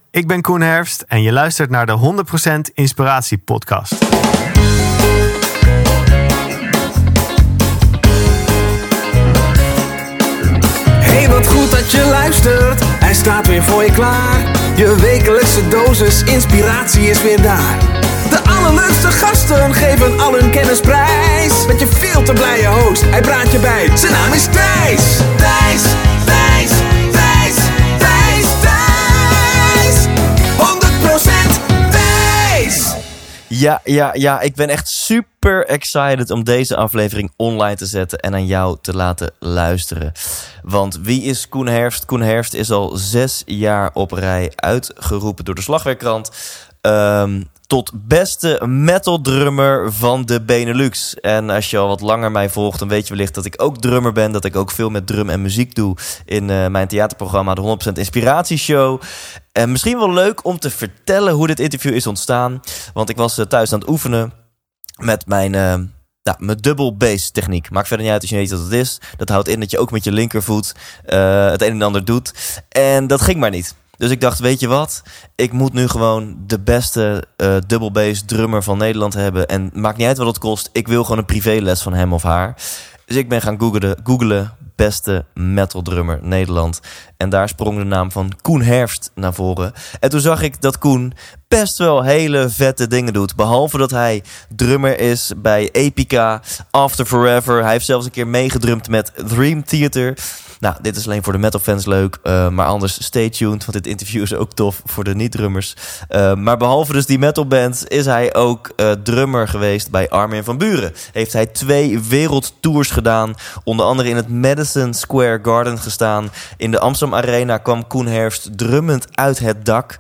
ik ben Koen Herfst en je luistert naar de 100% Inspiratie podcast. Hey, wat goed dat je luistert. Hij staat weer voor je klaar. Je wekelijkse dosis inspiratie is weer daar. De allerleukste gasten geven al hun kennis prijs. Met je veel te blije host, hij praat je bij. Zijn naam is Thijs. Thijs. 100% Thijs. Ja, ik ben echt super excited om deze aflevering online te zetten en aan jou te laten luisteren. Want wie is Koen Herfst? Koen Herfst is al 6 jaar op rij uitgeroepen door de Slagwerkkrant tot beste metal drummer van de Benelux. En als je al wat langer mij volgt, dan weet je wellicht dat ik ook drummer ben. Dat ik ook veel met drum en muziek doe in mijn theaterprogramma de 100% Inspiratieshow. En misschien wel leuk om te vertellen hoe dit interview is ontstaan. Want ik was thuis aan het oefenen met mijn double bass techniek. Maakt verder niet uit als je niet weet wat het is. Dat houdt in dat je ook met je linkervoet het een en ander doet. En dat ging maar niet. Dus ik dacht, weet je wat? Ik moet nu gewoon de beste double bass drummer van Nederland hebben. En maakt niet uit wat het kost. Ik wil gewoon een privéles van hem of haar. Dus ik ben gaan googlen beste metal drummer Nederland. En daar sprong de naam van Koen Herfst naar voren. En toen zag ik dat Koen best wel hele vette dingen doet. Behalve dat hij drummer is bij Epica, After Forever. Hij heeft zelfs een keer meegedrumd met Dream Theater. Nou, dit is alleen voor de metalfans leuk. Maar anders stay tuned, want dit interview is ook tof voor de niet-drummers. Maar behalve dus die metalband is hij ook drummer geweest bij Armin van Buuren. Heeft hij 2 wereldtours gedaan. Onder andere in het Madison Square Garden gestaan. In de Amsterdam Arena kwam Koen Herfst drummend uit het dak.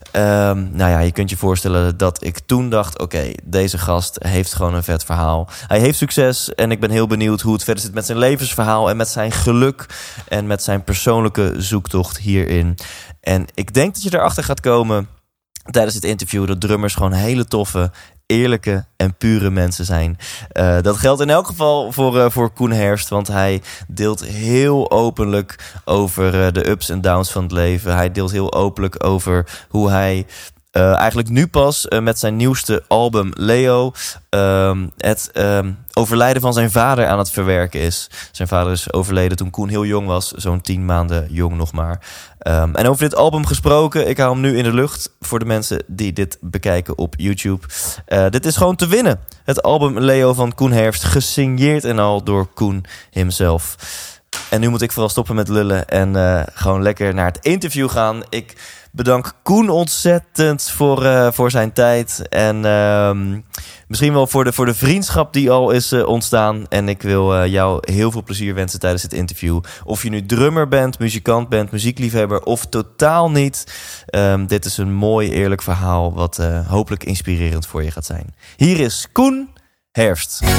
Je kunt je voorstellen dat ik toen dacht, oké, deze gast heeft gewoon een vet verhaal. Hij heeft succes en ik ben heel benieuwd hoe het verder zit met zijn levensverhaal en met zijn geluk en met zijn persoonlijke zoektocht hierin. En ik denk dat je erachter gaat komen tijdens dit interview dat drummers gewoon hele toffe, eerlijke en pure mensen zijn. Dat geldt in elk geval voor Koen Herfst, want hij deelt heel openlijk over de ups en downs van het leven. Hij deelt heel openlijk over hoe hij eigenlijk nu pas met zijn nieuwste album Leo het overlijden van zijn vader aan het verwerken is. Zijn vader is overleden toen Koen heel jong was, zo'n 10 maanden jong nog maar. En over dit album gesproken, ik hou hem nu in de lucht voor de mensen die dit bekijken op YouTube. Dit is gewoon te winnen. Het album Leo van Koen Herfst, gesigneerd en al door Koen himself. En nu moet ik vooral stoppen met lullen en gewoon lekker naar het interview gaan. Ik bedank Koen ontzettend voor zijn tijd. En misschien wel voor de vriendschap die al is ontstaan. En ik wil jou heel veel plezier wensen tijdens dit interview. Of je nu drummer bent, muzikant bent, muziekliefhebber of totaal niet. Dit is een mooi eerlijk verhaal wat hopelijk inspirerend voor je gaat zijn. Hier is Koen Herfst. 100%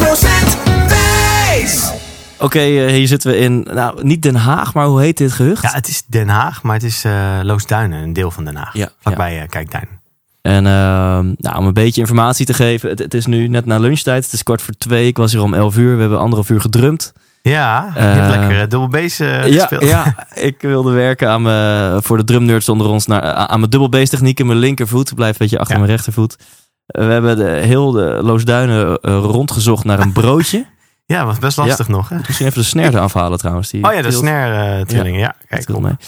Thijs. Oké, hier zitten we in, niet Den Haag, maar hoe heet dit gehucht? Ja, het is Den Haag, maar het is Loosduinen, een deel van Den Haag. Ja, vlakbij Kijkduin. En om een beetje informatie te geven, het is nu net na lunchtijd. Het is 13:15, ik was hier om 11:00. We hebben 1,5 uur gedrumd. Ja, je hebt lekker double bass gespeeld. Ja, ik wilde werken aan voor de drumnerds onder ons aan mijn double bass techniek in mijn linkervoet. Blijf een beetje achter mijn rechtervoet. We hebben heel de Loosduinen rondgezocht naar een broodje. Ja, was best lastig nog. Hè? Misschien even de snare afhalen trouwens. De snare-trillingen. Ja, kijk, goed mee.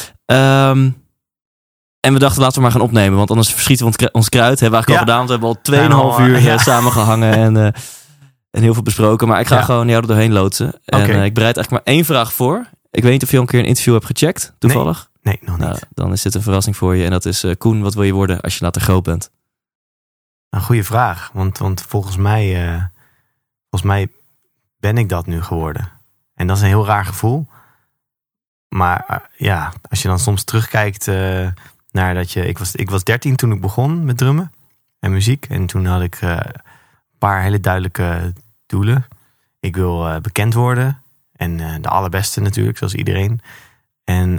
En we dachten, laten we maar gaan opnemen. Want anders verschieten we ons kruid. Hebben we eigenlijk al gedaan. Want we hebben al 2,5 uur samen gehangen en heel veel besproken. Maar ik ga gewoon jou er doorheen loodsen. En ik bereid eigenlijk maar 1 vraag voor. Ik weet niet of je al een keer een interview hebt gecheckt, toevallig. Nee, nog niet. Dan is dit een verrassing voor je. En dat is, Koen, wat wil je worden als je later groot bent? Een goede vraag. Want volgens mij ben ik dat nu geworden. En dat is een heel raar gevoel. Maar als je dan soms terugkijkt naar dat je... Ik was 13 toen ik begon met drummen en muziek. En toen had ik een paar hele duidelijke doelen. Ik wil bekend worden. En de allerbeste natuurlijk, zoals iedereen. En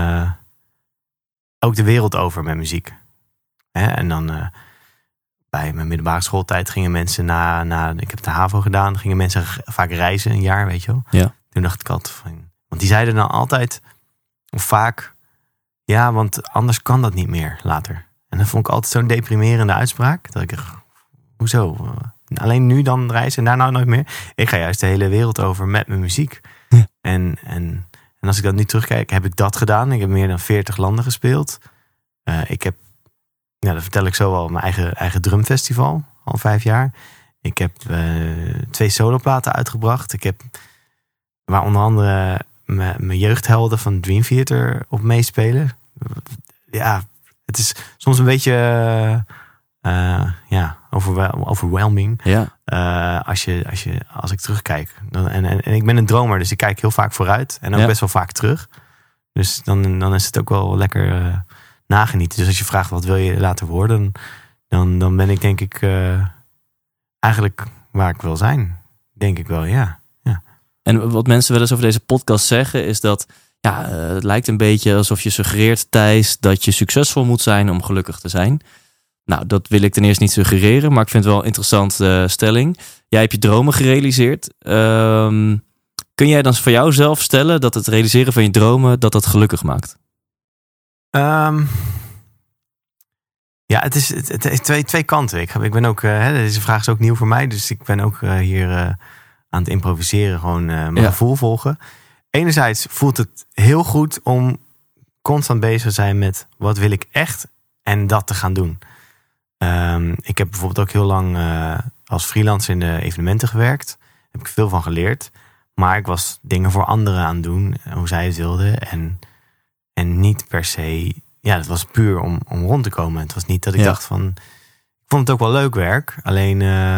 ook de wereld over met muziek. En dan... bij mijn middelbare schooltijd gingen mensen ik heb de HAVO gedaan, gingen mensen vaak reizen, een jaar, weet je wel. Ja. Toen dacht ik altijd van, want die zeiden dan altijd, of vaak, Ja, want anders kan dat niet meer later. En dat vond ik altijd zo'n deprimerende uitspraak. Dat ik dacht, hoezo? Alleen nu dan reizen en daarna nooit meer? Ik ga juist de hele wereld over met mijn muziek. Ja. En als ik dat nu terugkijk, heb ik dat gedaan. Ik heb meer dan 40 landen gespeeld. Ik heb, dat vertel ik zo al, mijn eigen drumfestival. Al 5 jaar. Ik heb 2 soloplaten uitgebracht. Ik heb waar onder andere mijn jeugdhelden van Dream Theater op meespelen. Ja, het is soms een beetje overwhelming. Ja. Als ik terugkijk. En ik ben een dromer, dus ik kijk heel vaak vooruit. En ook best wel vaak terug. Dus dan is het ook wel lekker nagenieten. Dus als je vraagt wat wil je later worden, dan ben ik denk ik eigenlijk waar ik wil zijn. Denk ik wel, ja. En wat mensen wel eens over deze podcast zeggen is dat het lijkt een beetje alsof je suggereert, Thijs, dat je succesvol moet zijn om gelukkig te zijn. Nou, dat wil ik ten eerste niet suggereren, maar ik vind het wel een interessante stelling. Jij hebt je dromen gerealiseerd. Kun jij dan voor jouzelf stellen dat het realiseren van je dromen, dat gelukkig maakt? Ja, het is twee kanten. Ik ben ook, deze vraag is ook nieuw voor mij, dus ik ben ook hier aan het improviseren, gewoon mijn gevoel volgen. Enerzijds voelt het heel goed om constant bezig te zijn met wat wil ik echt en dat te gaan doen. Ik heb bijvoorbeeld ook heel lang als freelancer in de evenementen gewerkt. Daar heb ik veel van geleerd. Maar ik was dingen voor anderen aan het doen, hoe zij het wilden. En niet per se, het was puur om rond te komen. Het was niet dat ik dacht van, ik vond het ook wel leuk werk. Alleen,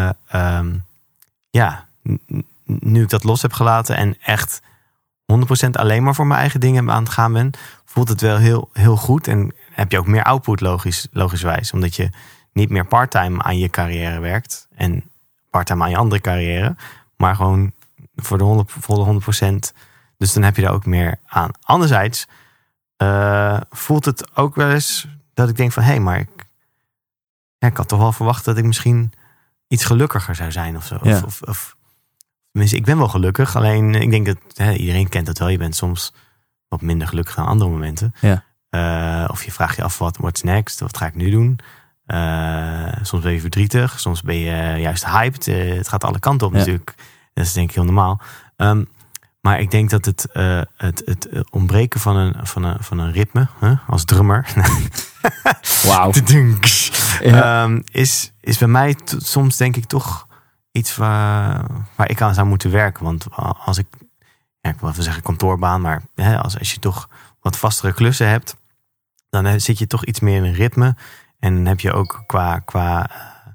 nu ik dat los heb gelaten en echt 100% alleen maar voor mijn eigen dingen aan het gaan ben, voelt het wel heel, heel goed. En heb je ook meer output logischwijs. Omdat je niet meer parttime aan je carrière werkt. En parttime aan je andere carrière. Maar gewoon voor de volle 100%. Dus dan heb je daar ook meer aan. Anderzijds voelt het ook wel eens dat ik denk van, maar ik had toch wel verwacht dat ik misschien iets gelukkiger zou zijn of zo. Ja. Of tenminste, ik ben wel gelukkig. Alleen ik denk dat iedereen kent dat wel. Je bent soms wat minder gelukkig dan andere momenten. Ja. Of je vraagt je af what's next? Wat ga ik nu doen? Soms ben je verdrietig. Soms ben je juist hyped. Het gaat alle kanten op natuurlijk. Dat is denk ik heel normaal. Maar ik denk dat het ontbreken van een ritme, als drummer. Wauw. Is bij mij soms denk ik toch iets waar ik aan zou moeten werken. Want als ik wil even zeggen kantoorbaan, maar als je toch wat vastere klussen hebt, dan zit je toch iets meer in een ritme. En dan heb je ook qua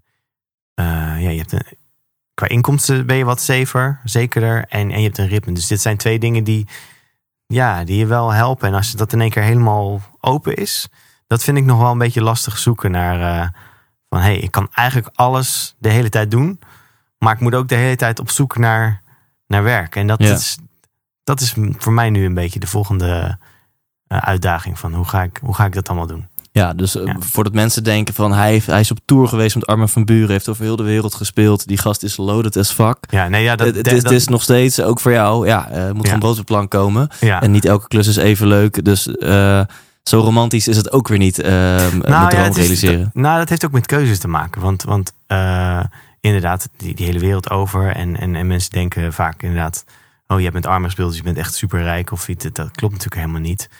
inkomsten ben je wat zekerder en je hebt een ritme. Dus dit zijn 2 dingen die je wel helpen. En als dat in één keer helemaal open is, dat vind ik nog wel een beetje lastig zoeken naar ik kan eigenlijk alles de hele tijd doen, maar ik moet ook de hele tijd op zoek naar werk. En dat is voor mij nu een beetje de volgende uitdaging van hoe ga ik dat allemaal doen. Ja, dus voordat mensen denken van hij is op tour geweest met Armin van Buuren, heeft over heel de wereld gespeeld. Die gast is loaded as fuck. Ja, nee, het is nog steeds, ook voor jou, moet gewoon brood op plank komen. Ja. En niet elke klus is even leuk. Dus zo romantisch is het ook weer niet met droom realiseren. Dat heeft ook met keuzes te maken. Want inderdaad, die hele wereld over. En mensen denken vaak inderdaad, je hebt met Armin gespeeld, dus je bent echt superrijk of iets. Dat klopt natuurlijk helemaal niet.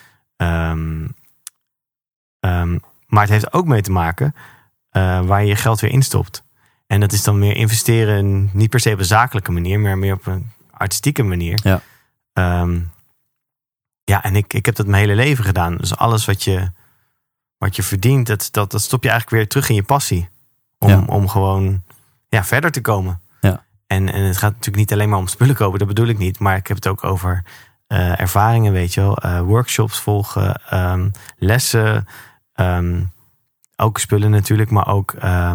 Maar het heeft ook mee te maken waar je geld weer instopt. En dat is dan meer investeren, niet per se op een zakelijke manier, maar meer op een artistieke manier. Ja. En ik heb dat mijn hele leven gedaan. Dus alles wat je verdient, dat stop je eigenlijk weer terug in je passie. Om gewoon verder te komen. Ja. En het gaat natuurlijk niet alleen maar om spullen kopen, dat bedoel ik niet. Maar ik heb het ook over ervaringen, weet je wel. Workshops volgen, lessen. Ook spullen natuurlijk, maar ook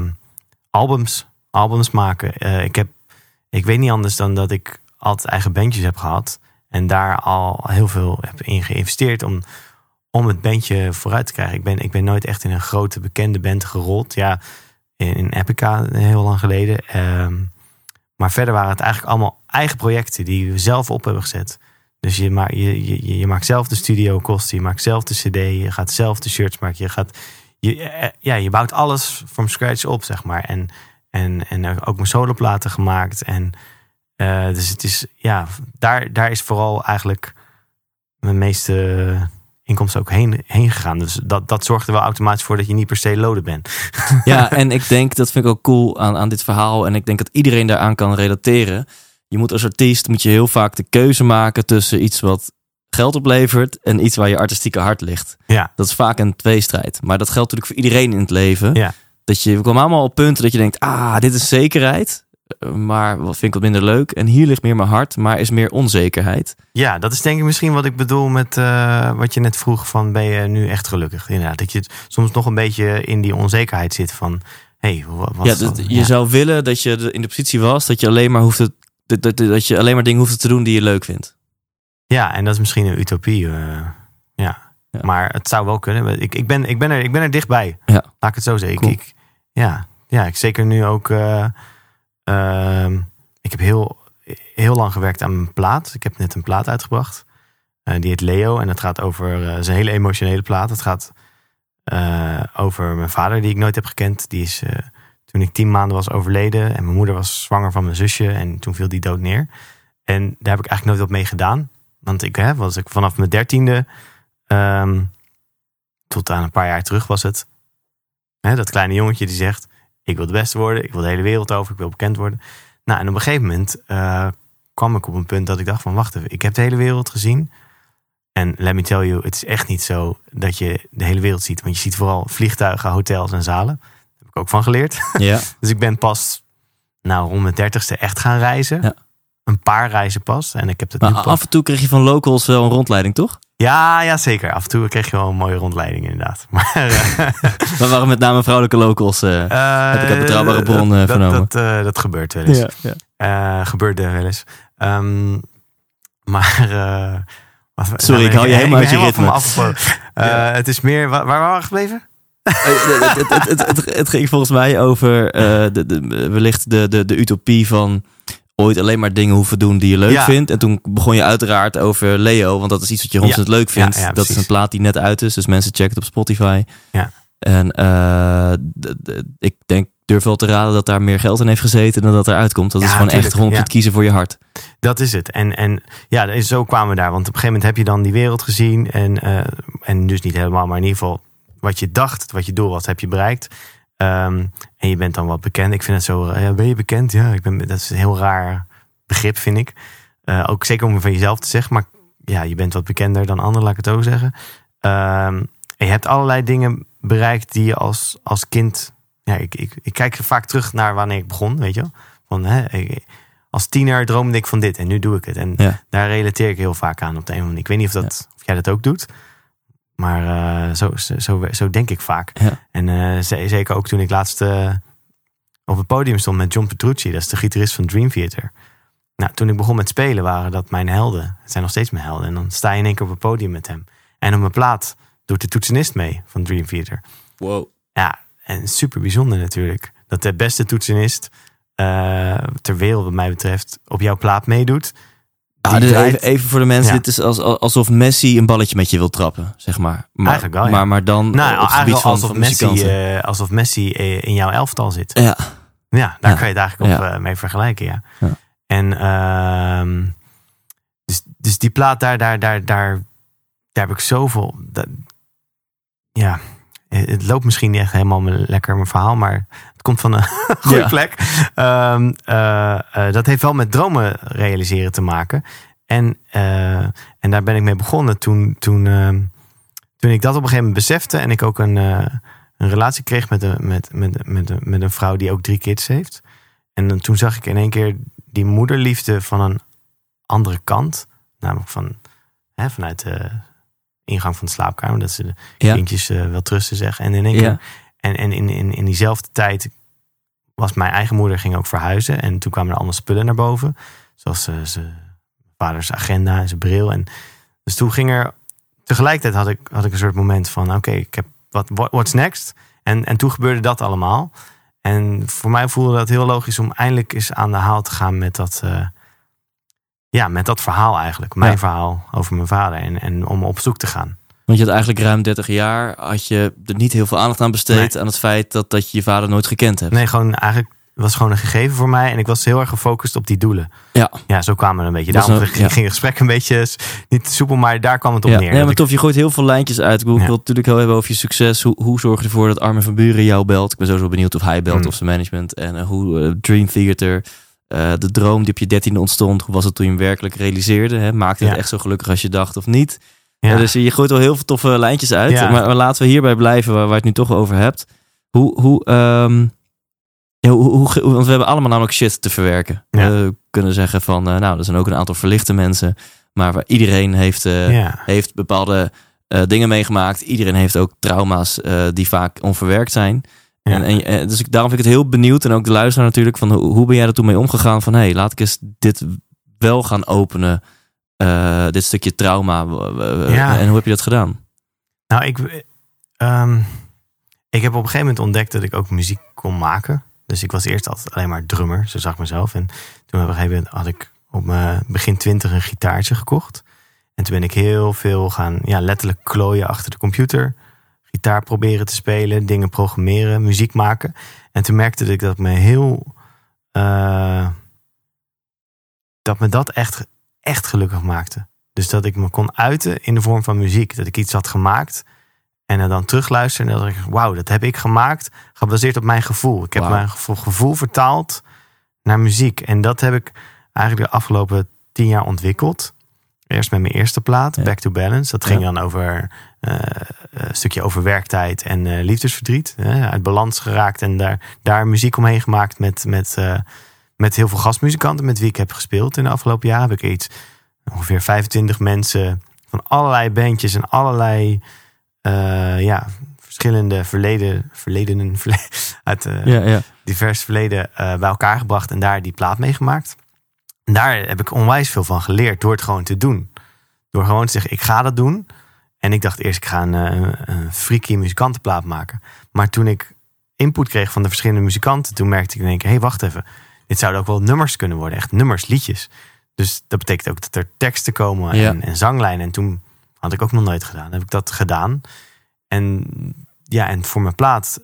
albums maken. Ik weet niet anders dan dat ik altijd eigen bandjes heb gehad. En daar al heel veel heb in geïnvesteerd om het bandje vooruit te krijgen. Ik ben nooit echt in een grote bekende band gerold. Ja, in Epica heel lang geleden. Maar verder waren het eigenlijk allemaal eigen projecten die we zelf op hebben gezet. Dus je maakt zelf de studiokosten, je maakt zelf de cd, je gaat zelf de shirts maken. Je bouwt alles from scratch op, zeg maar. En ook mijn soloplaten gemaakt. En dus het is, daar is vooral eigenlijk mijn meeste inkomsten ook heen gegaan. Dus dat zorgt er wel automatisch voor dat je niet per se loaded bent. Ja, en ik denk, dat vind ik ook cool aan dit verhaal. En ik denk dat iedereen daaraan kan relateren. Je moet als artiest heel vaak de keuze maken tussen iets wat geld oplevert en iets waar je artistieke hart ligt. Ja. Dat is vaak een tweestrijd. Maar dat geldt natuurlijk voor iedereen in het leven. Ja. We komen allemaal op punten dat je denkt, dit is zekerheid. Maar wat vind ik wat minder leuk. En hier ligt meer mijn hart, maar is meer onzekerheid. Ja, dat is denk ik misschien wat ik bedoel met wat je net vroeg van ben je nu echt gelukkig? Inderdaad, dat je soms nog een beetje in die onzekerheid zit van je zou willen dat je in de positie was dat je alleen maar dat je alleen maar dingen hoeft te doen die je leuk vindt. Ja, en dat is misschien een utopie. Ja. Maar het zou wel kunnen. Ik ben er dichtbij. Ja. Laat ik het zo zeggen. Cool. Ik zeker nu ook. Ik heb heel lang gewerkt aan mijn plaat. Ik heb net een plaat uitgebracht. Die heet Leo. En dat gaat over zijn hele emotionele plaat. Het gaat over mijn vader die ik nooit heb gekend. Die is toen ik 10 maanden was overleden. En mijn moeder was zwanger van mijn zusje. En toen viel die dood neer. En daar heb ik eigenlijk nooit wat mee gedaan. Want ik vanaf mijn 13e tot aan een paar jaar terug was het. Dat kleine jongetje die zegt, ik wil de beste worden. Ik wil de hele wereld over. Ik wil bekend worden. Nou, en op een gegeven moment kwam ik op een punt dat ik dacht van wacht even. Ik heb de hele wereld gezien. En let me tell you, het is echt niet zo dat je de hele wereld ziet. Want je ziet vooral vliegtuigen, hotels en zalen. Daar heb ik ook van geleerd. Ja. Dus ik ben pas rond mijn 30ste echt gaan reizen. Ja. Een paar reizen pas. En ik heb het nu pas. Af en toe kreeg je van locals wel een rondleiding, toch? Ja, zeker. Af en toe kreeg je wel een mooie rondleiding, inderdaad. Maar waren met name vrouwelijke locals. Heb ik uit betrouwbare bron vernomen. Dat gebeurt wel eens. Ja. Gebeurde wel eens. Sorry, ik hou je helemaal uit je ritme. Het is meer... Waar waren we gebleven? Het ging volgens mij over wellicht de utopie van ooit alleen maar dingen hoeven doen die je leuk vindt. En toen begon je uiteraard over Leo, want dat is iets wat je ontzettend leuk vindt. Ja, dat is een plaat die net uit is, dus mensen checken het op Spotify. Ja. En ik durf wel te raden dat daar meer geld in heeft gezeten dan dat eruit komt. Dat is gewoon echt het kiezen voor je hart. Dat is het. En zo kwamen we daar. Want op een gegeven moment heb je dan die wereld gezien. En dus niet helemaal, maar in ieder geval wat je dacht, wat je doel was, heb je bereikt. En je bent dan wat bekend. Ik vind het zo, ben je bekend? Ja, dat is een heel raar begrip, vind ik. Ook zeker om van jezelf te zeggen. Maar ja, je bent wat bekender dan anderen, laat ik het zo zeggen. En je hebt allerlei dingen bereikt die je als kind... Ja, ik kijk vaak terug naar wanneer ik begon, weet je wel. Van, als tiener droomde ik van dit en nu doe ik het. En daar relateer ik heel vaak aan op de een of andere manier. Ik weet niet of jij dat ook doet. Maar zo denk ik vaak. Ja. En zeker ook toen ik laatst op het podium stond met John Petrucci. Dat is de gitarist van Dream Theater. Nou, toen ik begon met spelen waren dat mijn helden. Het zijn nog steeds mijn helden. En dan sta je in één keer op het podium met hem. En op mijn plaat doet de toetsenist mee van Dream Theater. Wow. Ja, en super bijzonder natuurlijk. Dat de beste toetsenist ter wereld wat mij betreft op jouw plaat meedoet. Even voor de mensen, dit is alsof Messi een balletje met je wil trappen, zeg maar. Eigenlijk wel, ja. Maar dan op het gebied van alsof Messi in jouw elftal zit. Ja. Ja, daar kan je het eigenlijk op mee vergelijken, ja. En dus die plaat, daar heb ik zoveel... Het loopt misschien niet echt helemaal lekker mijn verhaal, maar het komt van een goede plek. Dat heeft wel met dromen realiseren te maken. En daar ben ik mee begonnen toen ik dat op een gegeven moment besefte en ik ook een relatie kreeg met een vrouw die ook 3 kids heeft. En toen zag ik in één keer die moederliefde van een andere kant. Namelijk vanuit de ingang van de slaapkamer. Dat ze de kindjes wel trusten zeggen. En in één keer... En in diezelfde tijd was mijn eigen moeder ging ook verhuizen. En toen kwamen er allemaal spullen naar boven. Zoals zijn vaders agenda en zijn bril. En dus toen ging er... Tegelijkertijd had ik een soort moment van... Oké, ik heb what's next? En toen gebeurde dat allemaal. En voor mij voelde dat heel logisch om eindelijk eens aan de haal te gaan met dat... met dat verhaal eigenlijk. Mijn verhaal over mijn vader. En om op zoek te gaan. Want je had eigenlijk ruim 30 jaar... had je er niet heel veel aandacht aan besteed... aan het feit dat je vader nooit gekend hebt. Nee, gewoon eigenlijk... Het was gewoon een gegeven voor mij. En ik was heel erg gefocust op die doelen. Ja, zo kwamen we een beetje. Daarom ging het gesprek een beetje niet soepel. Maar daar kwam het op neer. Nee, maar tof. Je gooit heel veel lijntjes uit. Ik wil het natuurlijk heel hebben over je succes. Hoe zorg je ervoor dat Armin van Buuren jou belt? Ik ben sowieso benieuwd of hij belt of zijn management. En hoe Dream Theater... de droom die op je 13e ontstond. Hoe was het toen je hem werkelijk realiseerde? Hè? Maakte het echt zo gelukkig als je dacht of niet? Ja. Dus je gooit wel heel veel toffe lijntjes uit. Ja. Maar laten we hierbij blijven waar je het nu toch over hebt. Want we hebben allemaal namelijk shit te verwerken. Ja. We kunnen zeggen van... er zijn ook een aantal verlichte mensen. Maar iedereen heeft bepaalde dingen meegemaakt. Iedereen heeft ook trauma's die vaak onverwerkt zijn. Ja. Dus daarom vind ik het heel benieuwd. En ook de luisteraar natuurlijk. Van hoe ben jij er toen mee omgegaan? Van laat ik eens dit wel gaan openen. Dit stukje trauma. En hoe heb je dat gedaan? Nou, ik heb op een gegeven moment ontdekt dat ik ook muziek kon maken. Dus ik was eerst altijd alleen maar drummer. Zo zag ik mezelf. En toen op een gegeven moment had ik op mijn begin 20 een gitaartje gekocht. En toen ben ik heel veel gaan letterlijk klooien achter de computer. Gitaar proberen te spelen, dingen programmeren, muziek maken. En toen merkte ik dat me dat echt gelukkig maakte. Dus dat ik me kon uiten in de vorm van muziek. Dat ik iets had gemaakt en er dan terugluisterde. En dat ik, wauw, dat heb ik gemaakt, gebaseerd op mijn gevoel. Ik heb mijn gevoel vertaald naar muziek. En dat heb ik eigenlijk de afgelopen 10 jaar ontwikkeld. Eerst met mijn eerste plaat, Back to Balance. Dat ging dan over een stukje overwerktheid en liefdesverdriet. Uit balans geraakt en daar muziek omheen gemaakt met heel veel gastmuzikanten met wie ik heb gespeeld in de afgelopen jaren. Heb ik ongeveer 25 mensen van allerlei bandjes en allerlei verschillende verledenen uit divers verleden bij elkaar gebracht en daar die plaat mee gemaakt. En daar heb ik onwijs veel van geleerd door het gewoon te doen. Door gewoon te zeggen, ik ga dat doen. En ik dacht eerst, ik ga een freaky muzikantenplaat maken. Maar toen ik input kreeg van de verschillende muzikanten, toen merkte ik in één keer, wacht even. Dit zouden ook wel nummers kunnen worden. Echt nummers, liedjes. Dus dat betekent ook dat er teksten komen en zanglijnen. En toen had ik ook nog nooit gedaan. Heb ik dat gedaan. En voor mijn plaat...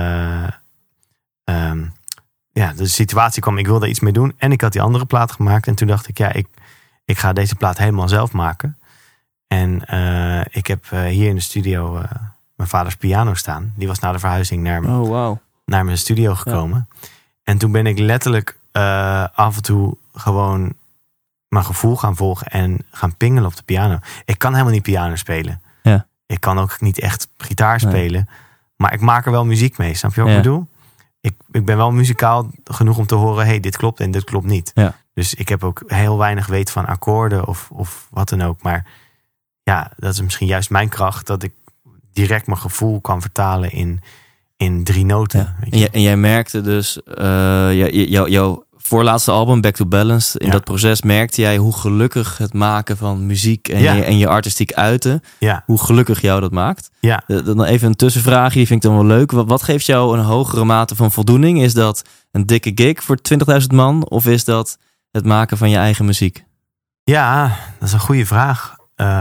de situatie kwam, ik wilde iets mee doen. En ik had die andere plaat gemaakt. En toen dacht ik, ik ga deze plaat helemaal zelf maken. En ik heb hier in de studio mijn vaders piano staan. Die was na de verhuizing naar mijn studio gekomen. Ja. En toen ben ik letterlijk af en toe gewoon mijn gevoel gaan volgen en gaan pingelen op de piano. Ik kan helemaal niet piano spelen. Ja. Ik kan ook niet echt gitaar spelen. Maar ik maak er wel muziek mee. Snap je wat ik bedoel? Ik ben wel muzikaal genoeg om te horen, dit klopt en dit klopt niet. Ja. Dus ik heb ook heel weinig weet van akkoorden of wat dan ook. Maar dat is misschien juist mijn kracht, dat ik direct mijn gevoel kan vertalen in 3 noten. Ja. En jij merkte dus, jouw voorlaatste album, Back to Balance, in dat proces merkte jij hoe gelukkig het maken van muziek en je artistiek uiten, hoe gelukkig jou dat maakt. Ja. Dan even een tussenvraagje, die vind ik dan wel leuk. Wat geeft jou een hogere mate van voldoening? Is dat een dikke gig voor 20.000 man of is dat het maken van je eigen muziek? Ja, dat is een goede vraag.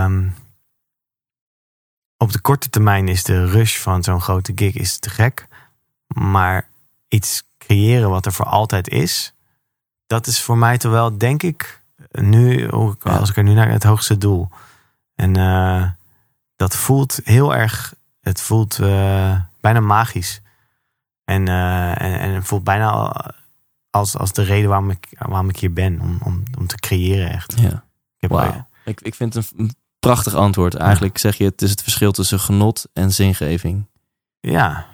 Op de korte termijn is de rush van zo'n grote gig is te gek. Maar iets creëren wat er voor altijd is, dat is voor mij toch wel, denk ik, nu, als ik er nu naar het hoogste doel. En dat voelt heel erg, het voelt bijna magisch. En het voelt bijna als de reden waarom ik hier ben, om te creëren echt. Ja. Ik vind het een prachtig antwoord. Eigenlijk zeg je, het is het verschil tussen genot en zingeving. Ja.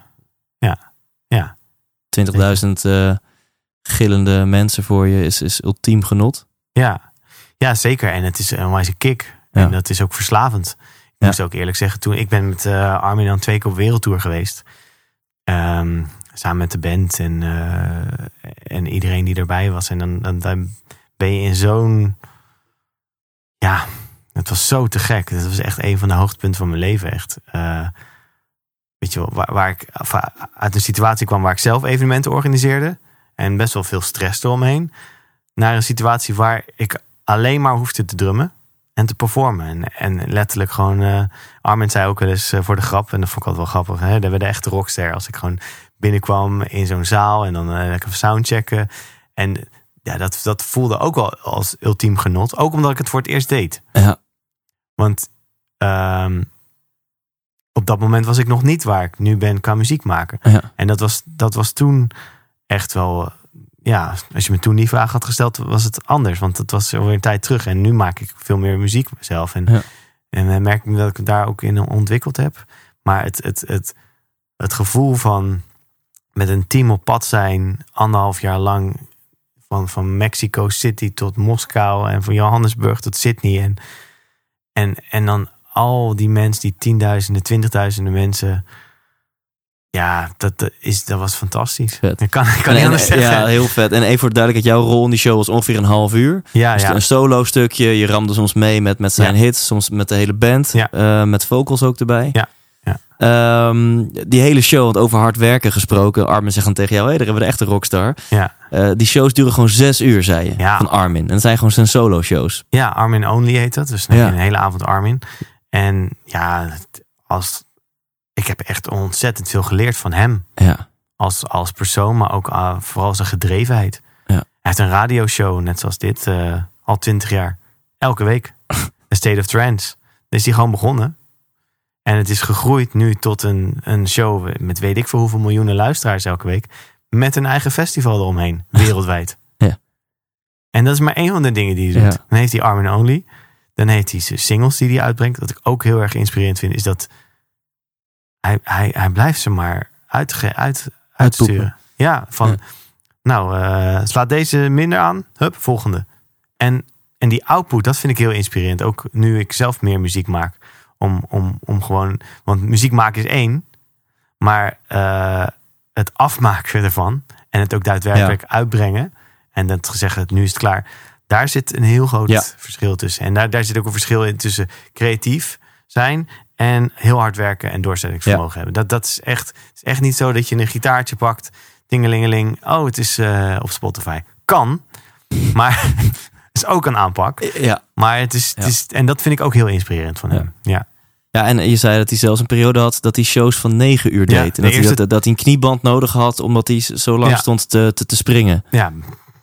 20.000 gillende mensen voor je is ultiem genot. Ja, zeker. En het is een wijze kick. Ja. En dat is ook verslavend. Ik moest ook eerlijk zeggen, ik ben met Armin dan 2 keer op wereldtour geweest. Samen met de band en iedereen die erbij was. En dan ben je in zo'n... Ja, het was zo te gek. Dat was echt een van de hoogtepunten van mijn leven. Echt. Weet je wel, waar ik uit een situatie kwam waar ik zelf evenementen organiseerde. En best wel veel stress eromheen. Naar een situatie waar ik alleen maar hoefde te drummen en te performen. En letterlijk gewoon... Armin zei ook wel eens voor de grap, en dat vond ik altijd wel grappig. Hè? Dat we de echte rockster. Als ik gewoon binnenkwam in zo'n zaal en dan lekker soundchecken. En ja, dat voelde ook wel als ultiem genot. Ook omdat ik het voor het eerst deed. Ja. Want op dat moment was ik nog niet waar ik nu ben qua muziek maken. Ja. En dat was toen echt wel... Ja, als je me toen die vraag had gesteld, was het anders. Want het was alweer een tijd terug. En nu maak ik veel meer muziek zelf. En merk ik dat ik daar ook in ontwikkeld heb. Maar het gevoel van met een team op pad zijn, 1,5 jaar lang, van Mexico City tot Moskou en van Johannesburg tot Sydney. En dan al die mensen, die tienduizenden, 20.000 mensen. Ja, dat was fantastisch. Vet. Ik kan niet anders zeggen. Ja, heel vet. En even voor de duidelijkheid, jouw rol in die show was ongeveer een half uur. Ja, dus ja. een solo stukje. Je ramde soms mee met zijn hits, soms met de hele band. Ja. Met vocals ook erbij. Ja. Die hele show, want over hard werken gesproken. Armin zegt dan tegen jou, daar hebben we de echte rockstar. Ja. Die shows duren gewoon 6 uur, zei je, Ja. van Armin. En dat zijn gewoon zijn solo shows. Ja, Armin Only heet dat. Dus dan heb je een hele avond Armin. En ja, ik heb echt ontzettend veel geleerd van hem. Ja. Als persoon, maar ook vooral zijn gedrevenheid. Ja. Hij heeft een radioshow, net zoals dit, al 20 jaar. Elke week. A State of Trance. Daar is hij gewoon begonnen. En het is gegroeid nu tot een show met weet ik veel hoeveel miljoenen luisteraars elke week. Met een eigen festival eromheen, wereldwijd. Ja. En dat is maar één van de dingen die hij doet. Ja. Dan heeft hij Armin Only. Dan heeft hij zijn singles die hij uitbrengt. Wat ik ook heel erg inspirerend vind, is dat hij blijft ze maar uitsturen. Ja, slaat deze minder aan. Hup, volgende. En die output, dat vind ik heel inspirerend. Ook nu ik zelf meer muziek maak. Om gewoon... Want muziek maken is één. Maar het afmaken ervan. En het ook daadwerkelijk uitbrengen. En dan te zeggen, nu is het klaar. Daar zit een heel groot verschil tussen. En daar zit ook een verschil in tussen creatief zijn en heel hard werken en doorzettingsvermogen hebben. Dat is echt niet zo dat je een gitaartje pakt, tingelingeling. Oh, het is op Spotify. Kan, maar het is ook een aanpak. Ja. Maar het is, en dat vind ik ook heel inspirerend van hem. Ja. Ja, en je zei dat hij zelfs een periode had dat hij shows van 9 uur deed. Ja, en dat hij een knieband nodig had omdat hij zo lang stond te springen. Ja,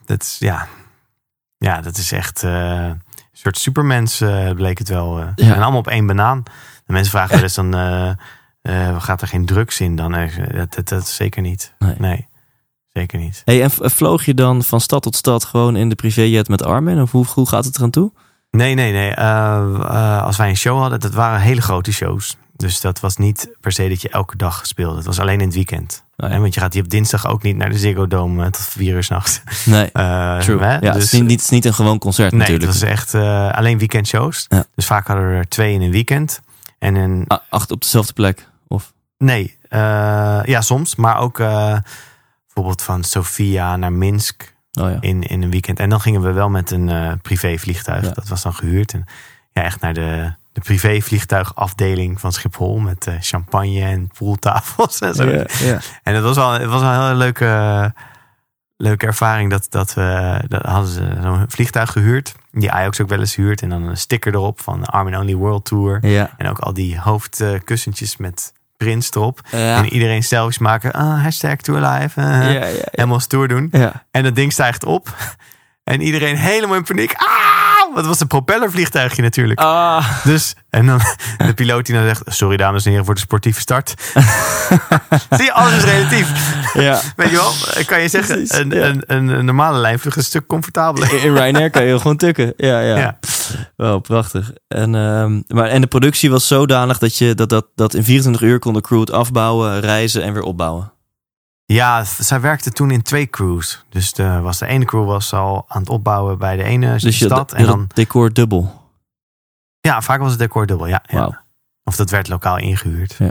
dat is echt een soort supermens bleek het wel. En allemaal op 1 banaan. De mensen vragen wel eens dan, gaat er geen drugs in dan? Dat zeker niet. Nee, zeker niet. Hey, en vloog je dan van stad tot stad gewoon in de privéjet met Armin? Of hoe gaat het eraan toe? Nee. Als wij een show hadden, dat waren hele grote shows. Dus dat was niet per se dat je elke dag speelde. Het was alleen in het weekend. Oh ja. Want je gaat hier op dinsdag ook niet naar de Ziggo Dome tot 4 uur 's nachts. Nee, true. Hè? Ja, dus, het is niet een gewoon concert natuurlijk. Nee, het was echt alleen weekendshows. Ja. Dus vaak hadden we er 2 in een weekend. En 8 op dezelfde plek? Of? Nee, ja soms. Maar ook bijvoorbeeld van Sofia naar Minsk in een weekend. En dan gingen we wel met een privévliegtuig. Ja. Dat was dan gehuurd. En echt naar de privévliegtuigafdeling van Schiphol met champagne en pooltafels en zo. Ja. En het was wel een hele leuke ervaring. Dat hadden ze zo'n vliegtuig gehuurd. Die Ajax ook wel eens huurt. En dan een sticker erop van Armin Only World Tour. Ja. En ook al die hoofdkussentjes met Prins erop. Ja. En iedereen selfies maken. #Tour Live. Helemaal stoer doen. Ja. En dat ding stijgt op. En iedereen helemaal in paniek. Wat was een propellervliegtuigje natuurlijk. Dus, en dan de piloot die dan zegt, sorry dames en heren voor de sportieve start. Zie je, alles is relatief. Ja. Weet je wel, kan je zeggen, een normale lijnvlucht is een stuk comfortabeler. In Ryanair kan je gewoon tukken. Ja. Wel, prachtig. En de productie was zodanig dat in 24 uur kon de crew het afbouwen, reizen en weer opbouwen. Ja, zij werkte toen in 2 crews. Dus de ene crew was al aan het opbouwen bij de ene stad. En dan decor dubbel. Ja, vaak was het decor dubbel. Ja. Wow. Of dat werd lokaal ingehuurd. Ja.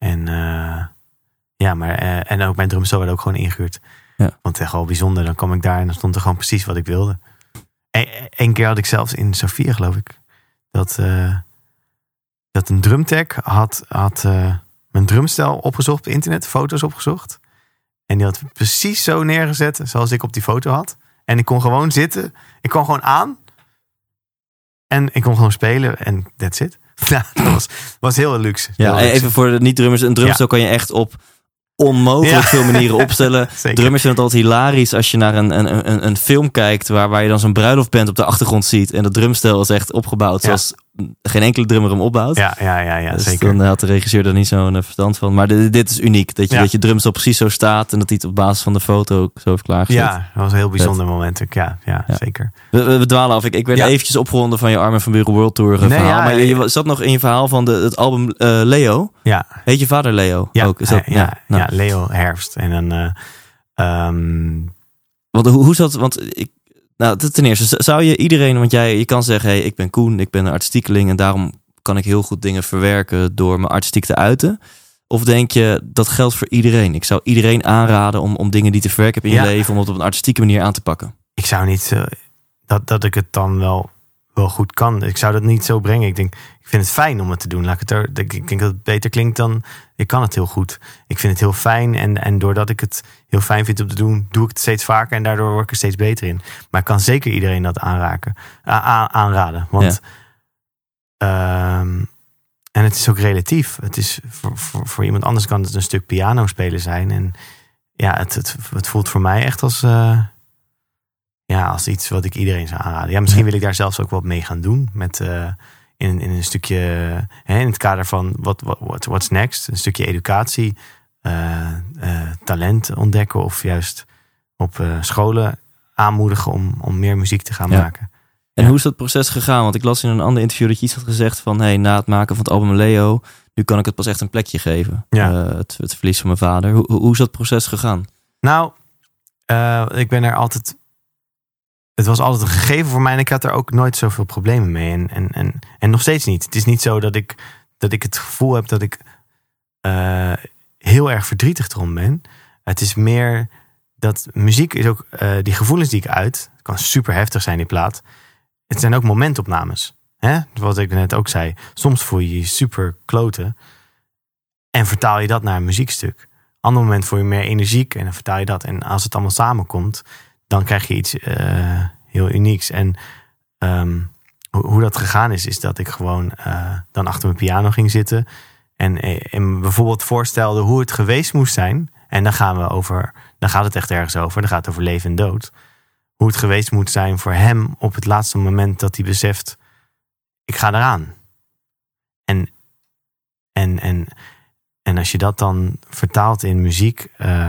En ook mijn drumstel werd ook gewoon ingehuurd. Ja. Want echt wel bijzonder. Dan kwam ik daar en dan stond er gewoon precies wat ik wilde. Eén keer had ik zelfs in Sofia, geloof ik, dat een drumtech had mijn drumstel opgezocht op internet, foto's opgezocht. En die had precies zo neergezet zoals ik op die foto had. En ik kon gewoon zitten. Ik kwam gewoon aan. En ik kon gewoon spelen en that's it. Ja, dat was heel luxe. Ja, heel luxe. even voor de niet-drummers. Een drumstel kan je echt op onmogelijk veel manieren opstellen. Zeker. Drummers vinden het altijd hilarisch als je naar een film kijkt waar je dan zo'n bruiloftband op de achtergrond ziet. En dat drumstel is echt opgebouwd zoals geen enkele drummer hem opbouwt. Ja, Dus zeker. dan had de regisseur er niet zo'n verstand van. Maar dit is uniek. Dat je drumstel precies zo staat en dat hij het op basis van de foto ook zo heeft klaargezet. Ja, dat was een heel bijzonder moment. Ja, zeker. We dwalen af. Ik werd eventjes opgewonden van je Armin van Buuren World Tour verhaal. Maar je zat nog in je verhaal van het album Leo. Ja. Heet je vader Leo? Ja, ook? Is dat, ja, Leo Herfst. En dan... Want hoe zat... Want ten eerste, zou je iedereen... Want je kan zeggen, hey, ik ben Koen, ik ben een artistiekeling en daarom kan ik heel goed dingen verwerken door me artistiek te uiten. Of denk je, dat geldt voor iedereen? Ik zou iedereen aanraden om dingen die te verwerken hebt in je leven, om het op een artistieke manier aan te pakken. Ik zou niet... dat ik het dan wel goed kan. Ik zou dat niet zo brengen. Ik vind het fijn om het te doen. Ik denk dat het beter klinkt dan... Ik kan het heel goed. Ik vind het heel fijn. En doordat ik het heel fijn vind om te doen, doe ik het steeds vaker. En daardoor word ik er steeds beter in. Maar ik kan zeker iedereen dat aanraden. Want... en het is ook relatief. Het is voor iemand anders kan het een stuk piano spelen zijn. En ja, het voelt voor mij echt als... als iets wat ik iedereen zou aanraden. Ja, misschien wil ik daar zelfs ook wat mee gaan doen. Met in een stukje... in het kader van what's next. Een stukje educatie. Talent ontdekken. Of juist op scholen aanmoedigen om meer muziek te gaan maken. En hoe is dat proces gegaan? Want ik las in een ander interview dat je iets had gezegd van... na het maken van het album Leo... nu kan ik het pas echt een plekje geven. Het verlies van mijn vader. Hoe is dat proces gegaan? Nou, ik ben er altijd... Het was altijd een gegeven voor mij en ik had er ook nooit zoveel problemen mee. En nog steeds niet. Het is niet zo dat ik het gevoel heb dat ik heel erg verdrietig erom ben. Het is meer dat muziek is ook... die gevoelens die ik uit... Het kan super heftig zijn, die plaat. Het zijn ook momentopnames. Hè? Wat ik net ook zei. Soms voel je je super kloten. En vertaal je dat naar een muziekstuk. Ander moment voel je meer energiek. En dan vertaal je dat. En als het allemaal samenkomt... dan krijg je iets heel unieks. En hoe dat gegaan is dat ik gewoon dan achter mijn piano ging zitten. En bijvoorbeeld voorstelde hoe het geweest moest zijn. En dan gaat het echt ergens over. Dan gaat het over leven en dood. Hoe het geweest moet zijn voor hem op het laatste moment dat hij beseft... ik ga eraan. En als je dat dan vertaalt in muziek...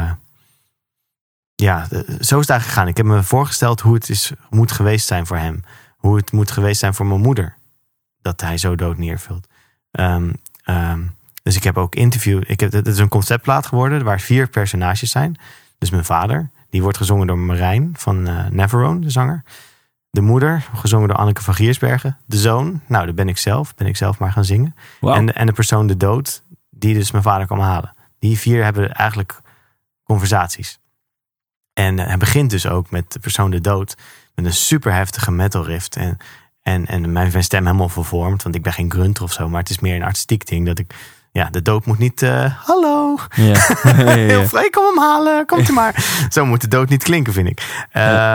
zo is het eigenlijk gegaan. Ik heb me voorgesteld hoe het moet geweest zijn voor hem. Hoe het moet geweest zijn voor mijn moeder. Dat hij zo dood neervult. Dus ik heb ook het is een conceptplaat geworden waar 4 personages zijn. Dus mijn vader, die wordt gezongen door Marijn van Neverone, de zanger. De moeder, gezongen door Anneke van Giersbergen. De zoon, nou, dat ben ik zelf maar gaan zingen. Wow. En de persoon de dood, die dus mijn vader kwam halen. Die 4 hebben eigenlijk conversaties. En hij begint dus ook met de persoon de dood. Met een super heftige metal riff. En mijn stem helemaal vervormd. Want ik ben geen grunter of zo. Maar het is meer een artistiek ding. Dat ik... Ja, de dood moet niet... hallo. Ja. Heel vrij, kom hem halen. Komt u maar. Zo moet de dood niet klinken, vind ik.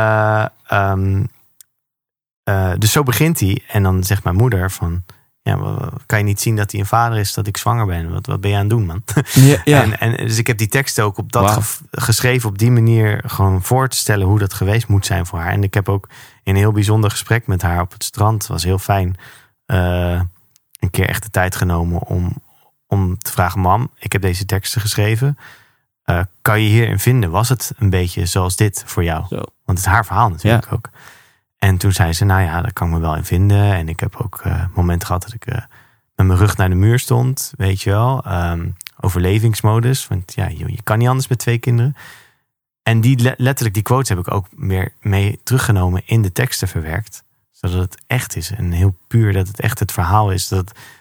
Dus zo begint hij. En dan zegt mijn moeder van... Ja, kan je niet zien dat hij een vader is, dat ik zwanger ben? Wat ben je aan het doen, man? Ja. En dus ik heb die teksten ook op dat geschreven op die manier gewoon voor te stellen hoe dat geweest moet zijn voor haar. En ik heb ook een heel bijzonder gesprek met haar op het strand. Het was heel fijn. Een keer echt de tijd genomen om te vragen, mam, ik heb deze teksten geschreven. Kan je hierin vinden? Was het een beetje zoals dit voor jou? Zo. Want het is haar verhaal natuurlijk ook. En toen zei ze, nou ja, daar kan ik me wel in vinden. En ik heb ook momenten gehad dat ik met mijn rug naar de muur stond. Weet je wel. Overlevingsmodus. Want ja, je kan niet anders met 2 kinderen. En letterlijk die quotes heb ik ook meer mee teruggenomen in de teksten verwerkt. Zodat het echt is. En heel puur dat het echt het verhaal is.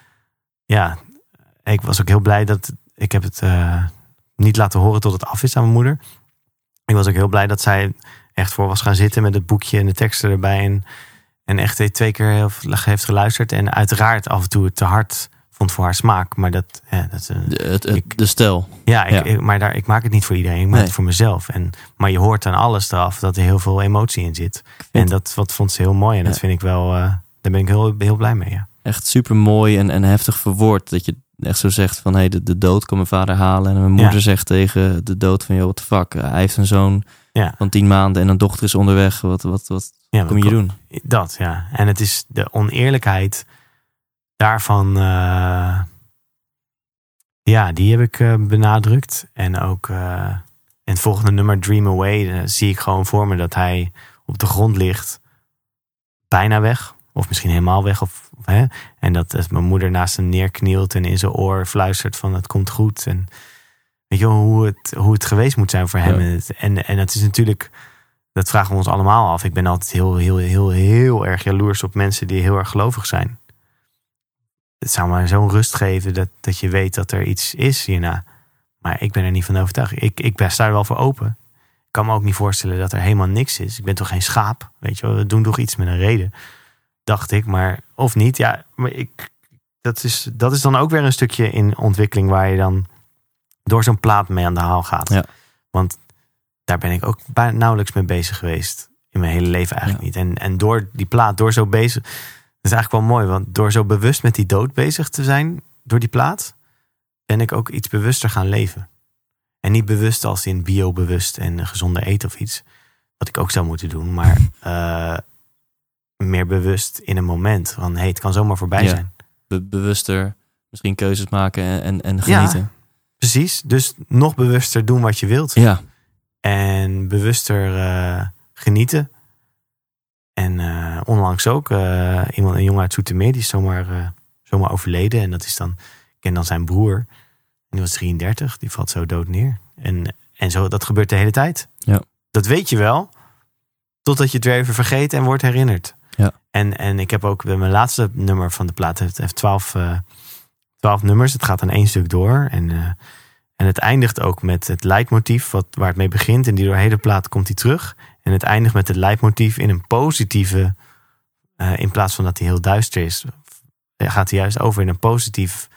Ik was ook heel blij dat ik heb het niet laten horen tot het af is aan mijn moeder. Ik was ook heel blij dat zij echt voor was gaan zitten met het boekje en de teksten erbij. En echt 2 keer heeft geluisterd. En uiteraard af en toe het te hard vond voor haar smaak. Maar dat de stijl. Ja, ik maak het niet voor iedereen. Ik maak het voor mezelf. Maar je hoort aan alles eraf dat er heel veel emotie in zit. En dat vond ze heel mooi. En dat vind ik wel... Daar ben ik heel, heel blij mee, ja. Echt super mooi en heftig verwoord. Dat je echt zo zegt van, hey, de dood kan mijn vader halen. En mijn moeder zegt tegen de dood van, what the fuck. Hij heeft een zoon van 10 maanden en een dochter is onderweg. Wat kom je doen? Dat, ja. En het is de oneerlijkheid daarvan... die heb ik benadrukt. En ook in het volgende nummer, Dream Away... zie ik gewoon voor me dat hij op de grond ligt. Bijna weg. Of misschien helemaal weg. En dat mijn moeder naast hem neerknielt en in zijn oor fluistert van het komt goed. En weet je wel, hoe het geweest moet zijn voor hem. Ja. En dat is natuurlijk, dat vragen we ons allemaal af. Ik ben altijd heel, heel, heel, heel erg jaloers op mensen die heel erg gelovig zijn. Het zou maar zo'n rust geven dat je weet dat er iets is hierna. Maar ik ben er niet van overtuigd. Ik sta er wel voor open. Ik kan me ook niet voorstellen dat er helemaal niks is. Ik ben toch geen schaap, weet je wel. We doen toch iets met een reden. Dacht ik, maar of niet. Ja, maar dat is dan ook weer een stukje in ontwikkeling waar je dan door zo'n plaat mee aan de haal gaat. Ja. Want daar ben ik ook nauwelijks mee bezig geweest. In mijn hele leven eigenlijk niet. En door die plaat, door zo bezig... Dat is eigenlijk wel mooi, want door zo bewust met die dood bezig te zijn... door die plaat, ben ik ook iets bewuster gaan leven. En niet bewust als in bio-bewust en gezonde eten of iets. Wat ik ook zou moeten doen, maar... meer bewust in een moment. Van het kan zomaar voorbij zijn. Bewuster misschien keuzes maken en genieten. Ja, precies. Dus nog bewuster doen wat je wilt. Ja. En bewuster genieten. En onlangs ook een jongen uit Zoetermeer, die is zomaar overleden. En dat is dan, ik ken dan zijn broer. En die was 33, die valt zo dood neer. En zo, dat gebeurt de hele tijd. Ja. Dat weet je wel. Totdat je het weer even vergeet en wordt herinnerd. Ja. En ik heb ook mijn laatste nummer van de plaat. Het heeft 12 nummers. Het gaat dan 1 stuk door. En het eindigt ook met het leidmotief waar het mee begint. En die door de hele plaat komt hij terug. En het eindigt met het leidmotief in een positieve... in plaats van dat hij heel duister is... gaat hij juist over in een positief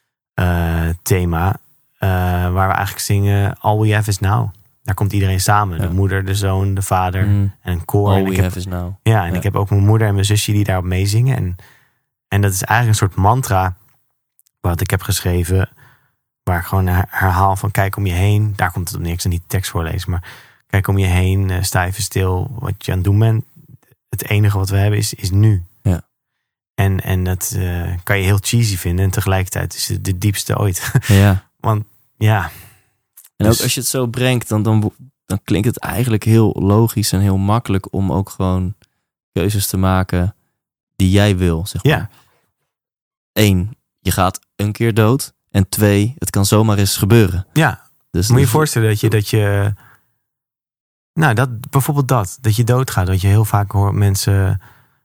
thema. Waar we eigenlijk zingen... All we have is now. Daar komt iedereen samen. Ja. De moeder, de zoon, de vader en een koor. All we have is now. Ja, en ik heb ook mijn moeder en mijn zusje die daarop meezingen. En dat is eigenlijk een soort mantra wat ik heb geschreven, waar ik gewoon herhaal van kijk om je heen. Daar komt het op neer. Ik zal niet de tekst voorlezen, maar kijk om je heen. Sta even stil. Wat je aan het doen bent. Het enige wat we hebben is nu. Ja. En dat kan je heel cheesy vinden. En tegelijkertijd is het de diepste ooit. Ja. Want ja... En ook als je het zo brengt, dan klinkt het eigenlijk heel logisch en heel makkelijk om ook gewoon keuzes te maken die jij wil, zeg maar. Ja. 1, je gaat een keer dood. En 2, het kan zomaar eens gebeuren. Ja, dus moet je je voorstellen dat je bijvoorbeeld dat je doodgaat. Dat je heel vaak mensen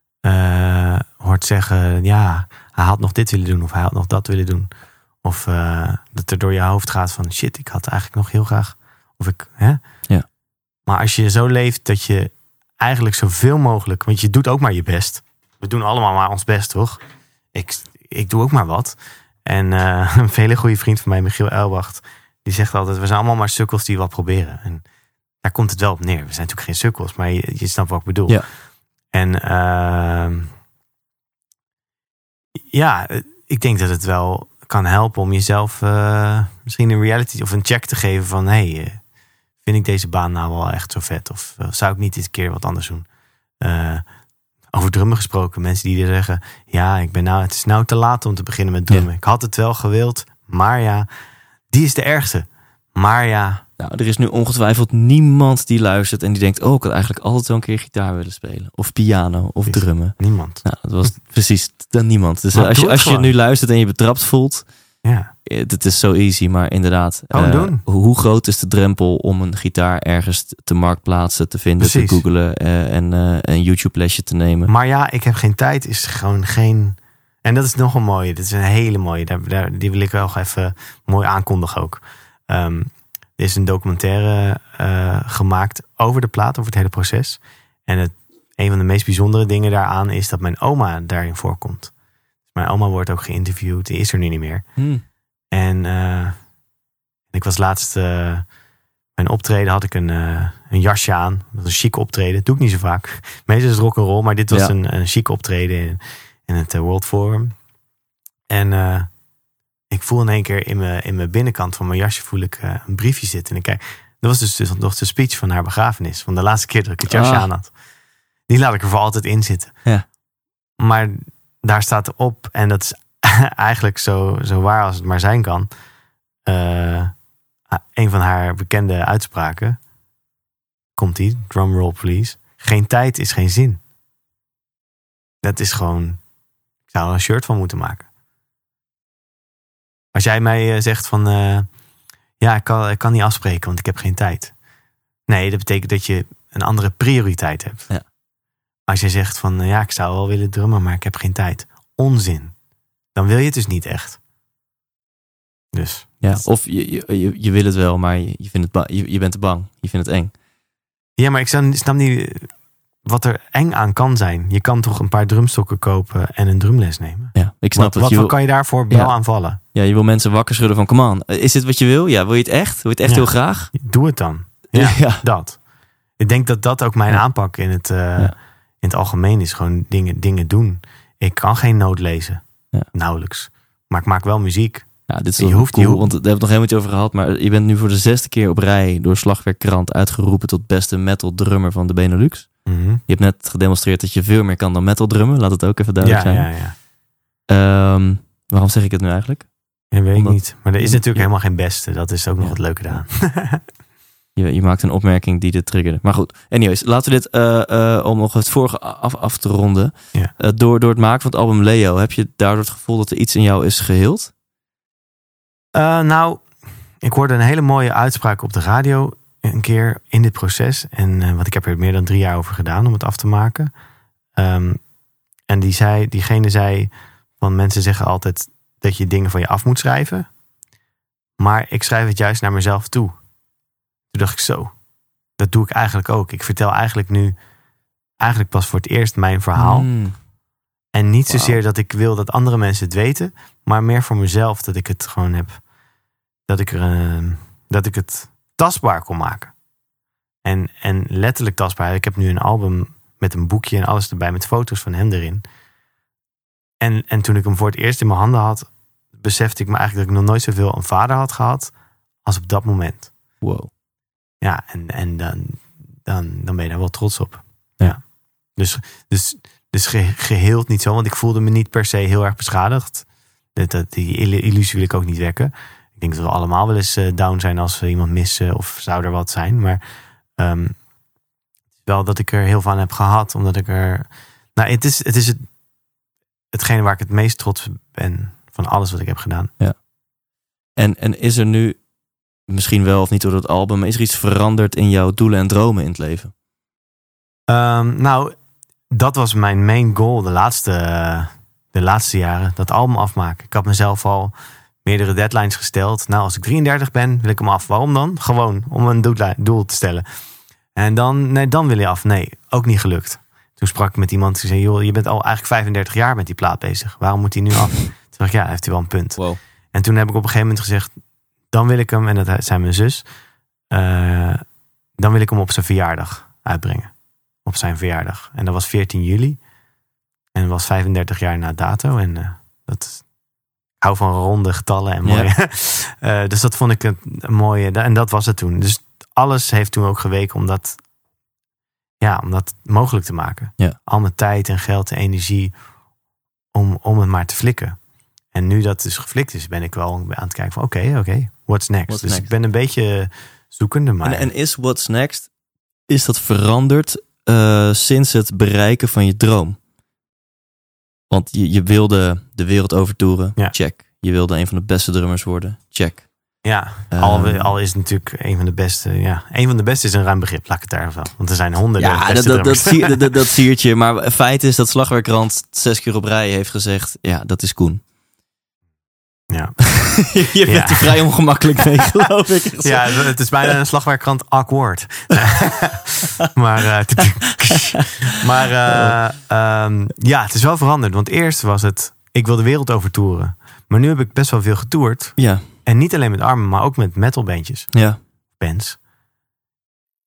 hoort zeggen, ja, hij had nog dit willen doen of hij had nog dat willen doen. Of dat er door je hoofd gaat van shit, ik had eigenlijk nog heel graag. Ja. Maar als je zo leeft dat je eigenlijk zoveel mogelijk... Want je doet ook maar je best. We doen allemaal maar ons best, toch? Ik doe ook maar wat. En een hele goede vriend van mij, Michiel Elwacht... die zegt altijd, we zijn allemaal maar sukkels die wat proberen. En daar komt het wel op neer. We zijn natuurlijk geen sukkels, maar je snapt wat ik bedoel. Ja. En ik denk dat het wel... kan helpen om jezelf misschien een reality of een check te geven van vind ik deze baan nou wel echt zo vet? Of zou ik niet dit keer wat anders doen? Over drummen gesproken, mensen die zeggen, ja, het is nou te laat om te beginnen met drummen. Ja. Ik had het wel gewild, maar ja, die is de ergste. Maar ja. Nou, er is nu ongetwijfeld niemand die luistert en die denkt, ik had eigenlijk altijd wel een keer gitaar willen spelen. Of piano, of drummen. Niemand. Nou, dat was precies dan niemand. Dus als je nu luistert en je betrapt voelt, het is zo easy, maar inderdaad. Hoe groot is de drempel om een gitaar ergens te marktplaatsen, te vinden, te googlen en een YouTube-lesje te nemen? Maar ja, ik heb geen tijd, is gewoon geen... En dat is nog een mooie, dat is een hele mooie. Die wil ik wel even mooi aankondigen ook. Er is een documentaire gemaakt over de plaat, over het hele proces. En een van de meest bijzondere dingen daaraan is dat mijn oma daarin voorkomt. Mijn oma wordt ook geïnterviewd, die is er nu niet meer. En ik was laatst Bij een optreden had ik een jasje aan. Dat was een chic optreden. Dat doe ik niet zo vaak. Meestal is het rock'n'roll, maar dit was een chic optreden in het World Forum. En ik voel in één keer in mijn binnenkant van mijn jasje voel ik een briefje zitten. En ik kijk, dat was dus nog de speech van haar begrafenis. Van de laatste keer dat ik het jasje aan had. Die laat ik er voor altijd in zitten. Ja. Maar daar staat op, en dat is eigenlijk zo waar als het maar zijn kan. Een van haar bekende uitspraken. Komt-ie, drumroll please. Geen tijd is geen zin. Dat is gewoon... Ik zou er een shirt van moeten maken. Als jij mij zegt van... ik kan niet afspreken, want ik heb geen tijd. Nee, dat betekent dat je een andere prioriteit hebt. Ja. Als je zegt van... ik zou wel willen drummen, maar ik heb geen tijd. Onzin. Dan wil je het dus niet echt. Dus... Ja, of je wil het wel, maar je bent te bang. Je vindt het eng. Ja, maar ik snap niet wat er eng aan kan zijn. Je kan toch een paar drumstokken kopen en een drumles nemen? Ja, ik snap het. Wat kan je daarvoor wel aanvallen? Ja, je wil mensen wakker schudden van, come on. Is dit wat je wil? Ja, wil je het echt? Wil je het echt heel graag? Doe het dan. Ja, dat. Ik denk dat dat ook mijn aanpak in het algemeen is. Gewoon dingen doen. Ik kan geen noot lezen. Ja. Nauwelijks. Maar ik maak wel muziek. Ja, dit is cool, want daar hebben we het nog helemaal niet over gehad. Maar je bent nu voor de 6e keer op rij door Slagwerkkrant uitgeroepen tot beste metal drummer van de Benelux. Mm-hmm. Je hebt net gedemonstreerd dat je veel meer kan dan metal drummen. Laat het ook even duidelijk zijn. Ja. Waarom zeg ik het nu eigenlijk? Ja, weet ik niet. Maar er is natuurlijk helemaal geen beste. Dat is ook nog het leuke daaraan. Je maakt een opmerking die dit triggerde. Maar goed, anyways, laten we dit om nog het vorige af te ronden. Ja. Door het maken van het album Leo, heb je daardoor het gevoel dat er iets in jou is geheeld? Ik hoorde een hele mooie uitspraak op de radio een keer in dit proces. En want ik heb er meer dan 3 jaar over gedaan om het af te maken. En diegene zei van mensen zeggen altijd dat je dingen van je af moet schrijven. Maar ik schrijf het juist naar mezelf toe. Toen dacht ik zo, dat doe ik eigenlijk ook. Ik vertel eigenlijk pas voor het eerst mijn verhaal. En niet zozeer dat ik wil dat andere mensen het weten, maar meer voor mezelf dat ik het gewoon heb. Dat ik het tastbaar kon maken. En letterlijk tastbaar. Ik heb nu een album met een boekje en alles erbij met foto's van hem erin. En toen ik hem voor het eerst in mijn handen had, besefte ik me eigenlijk dat ik nog nooit zoveel een vader had gehad als op dat moment. Wow. Ja, en dan ben je daar wel trots op. Ja. Dus geheeld niet zo, want ik voelde me niet per se heel erg beschadigd. Die illusie wil ik ook niet wekken. Ik denk dat we allemaal wel eens down zijn als we iemand missen of zou er wat zijn. Maar wel dat ik er heel veel aan heb gehad, omdat ik er... het is hetgene waar ik het meest trots ben van alles wat ik heb gedaan. Ja. En is er nu, misschien wel of niet door het album, maar is er iets veranderd in jouw doelen en dromen in het leven? Dat was mijn main goal de laatste jaren. Dat album afmaken. Ik had mezelf al meerdere deadlines gesteld. Als ik 33 ben, wil ik hem af. Waarom dan? Gewoon om een doel te stellen. En dan wil je af. Nee, ook niet gelukt. Toen sprak ik met iemand die zei, joh, je bent al eigenlijk 35 jaar met die plaat bezig. Waarom moet hij nu af? Toen dacht ik, heeft hij wel een punt. Wow. En toen heb ik op een gegeven moment gezegd, dan wil ik hem, en dat zei mijn zus, dan wil ik hem op zijn verjaardag uitbrengen. Op zijn verjaardag. En dat was 14 juli. En dat was 35 jaar na dato. En ik hou van ronde getallen en mooie. Ja. Dus dat vond ik een mooie. En dat was het toen. Dus alles heeft toen ook geweken om dat mogelijk te maken. Ja. Al mijn tijd en geld en energie om het maar te flikken. En nu dat dus geflikt is, ben ik wel aan het kijken van oké, what's next? Dus ik ben een beetje zoekende. Maar... En is what's next, is dat veranderd sinds het bereiken van je droom? Want je wilde de wereld overtoeren, check. Je wilde een van de beste drummers worden, check. Ja, al is het natuurlijk een van de beste. Ja, een van de beste is een ruim begrip, laat ik het daar van. Want er zijn honderden beste drummers. Dat siert je. Maar het feit is dat Slagwerkkrant 6 keer op rij heeft gezegd, ja, dat is Koen. Ja. Je bent er vrij ongemakkelijk mee, geloof ik. Ja, het is bijna een Slagwerkkrant awkward. Het is wel veranderd. Want eerst was het, ik wil de wereld overtoeren. Maar nu heb ik best wel veel getoerd. Ja. En niet alleen met armen, maar ook met metalbandjes. Ja. Bands.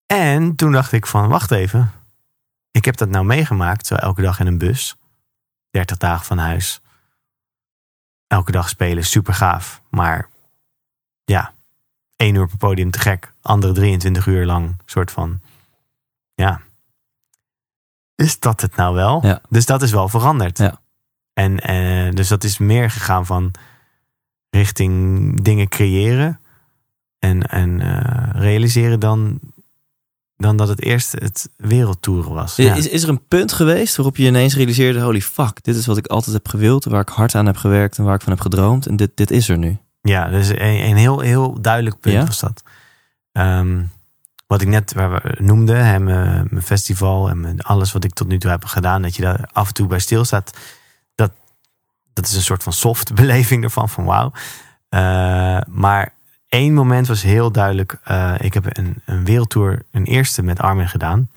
En toen dacht ik van, wacht even. Ik heb dat nou meegemaakt, zo elke dag in een bus. 30 dagen van huis. Elke dag spelen, super gaaf. Maar ja, 1 uur per podium te gek. Andere 23 uur lang, soort van, ja. Is dat het nou wel? Ja. Dus dat is wel veranderd. Ja. En dus dat is meer gegaan van richting dingen creëren en realiseren dan dat het eerst het wereldtoeren was. Ja. Is er een punt geweest waarop je ineens realiseerde, holy fuck, dit is wat ik altijd heb gewild, waar ik hard aan heb gewerkt en waar ik van heb gedroomd en dit is er nu? Ja, dus een heel, heel duidelijk punt was dat. Wat ik net noemde, mijn festival en alles wat ik tot nu toe heb gedaan, dat je daar af en toe bij stilstaat, dat is een soort van soft beleving ervan, van wauw. Maar 1 moment was heel duidelijk. Ik heb een wereldtour, een eerste met Armin gedaan.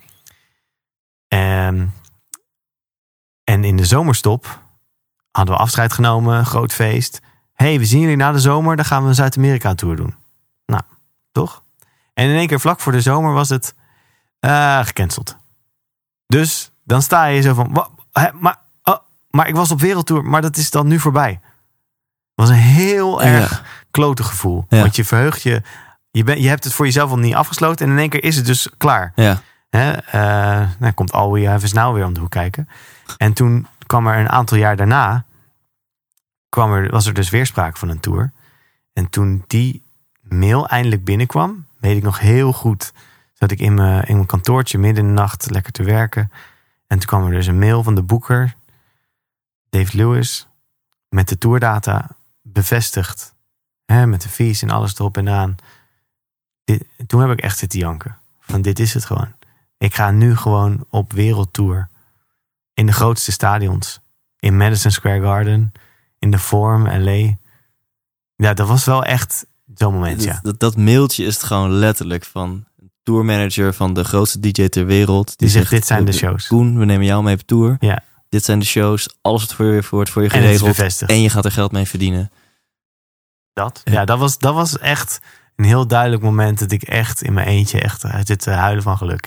En in de zomerstop hadden we afscheid genomen, groot feest. Hey, we zien jullie na de zomer, dan gaan we een Zuid-Amerika-tour doen. Nou, toch? En in één keer vlak voor de zomer was het gecanceld. Dus dan sta je zo van, maar ik was op wereldtour, maar dat is dan nu voorbij. Het was een heel erg klote gevoel. Ja. Want je verheugt je hebt het voor jezelf al niet afgesloten en in één keer is het dus klaar. Ja. Dan komt All We Have Is Now weer om de hoek kijken. En toen kwam er een aantal jaar daarna, was er dus weer sprake van een tour. En toen die mail eindelijk binnenkwam, weet ik nog heel goed, zat ik in mijn kantoortje midden in de nacht lekker te werken. En toen kwam er dus een mail van de boeker, Dave Lewis, met de tourdata bevestigd. Met de fees en alles erop en aan. Toen heb ik echt zitten janken. Van dit is het gewoon. Ik ga nu gewoon op wereldtour. In de grootste stadions. In Madison Square Garden. In de Forum, LA. Ja, dat was wel echt zo'n moment, ja. Dat mailtje is het gewoon letterlijk van een tourmanager van de grootste DJ ter wereld. Die zegt, dit zijn de shows. Koen, we nemen jou mee op tour. Ja. Dit zijn de shows. Alles wordt voor je En het is geregeld. bevestigd. En je gaat er geld mee verdienen. Dat was echt een heel duidelijk moment dat ik echt in mijn eentje echt zit te huilen van geluk.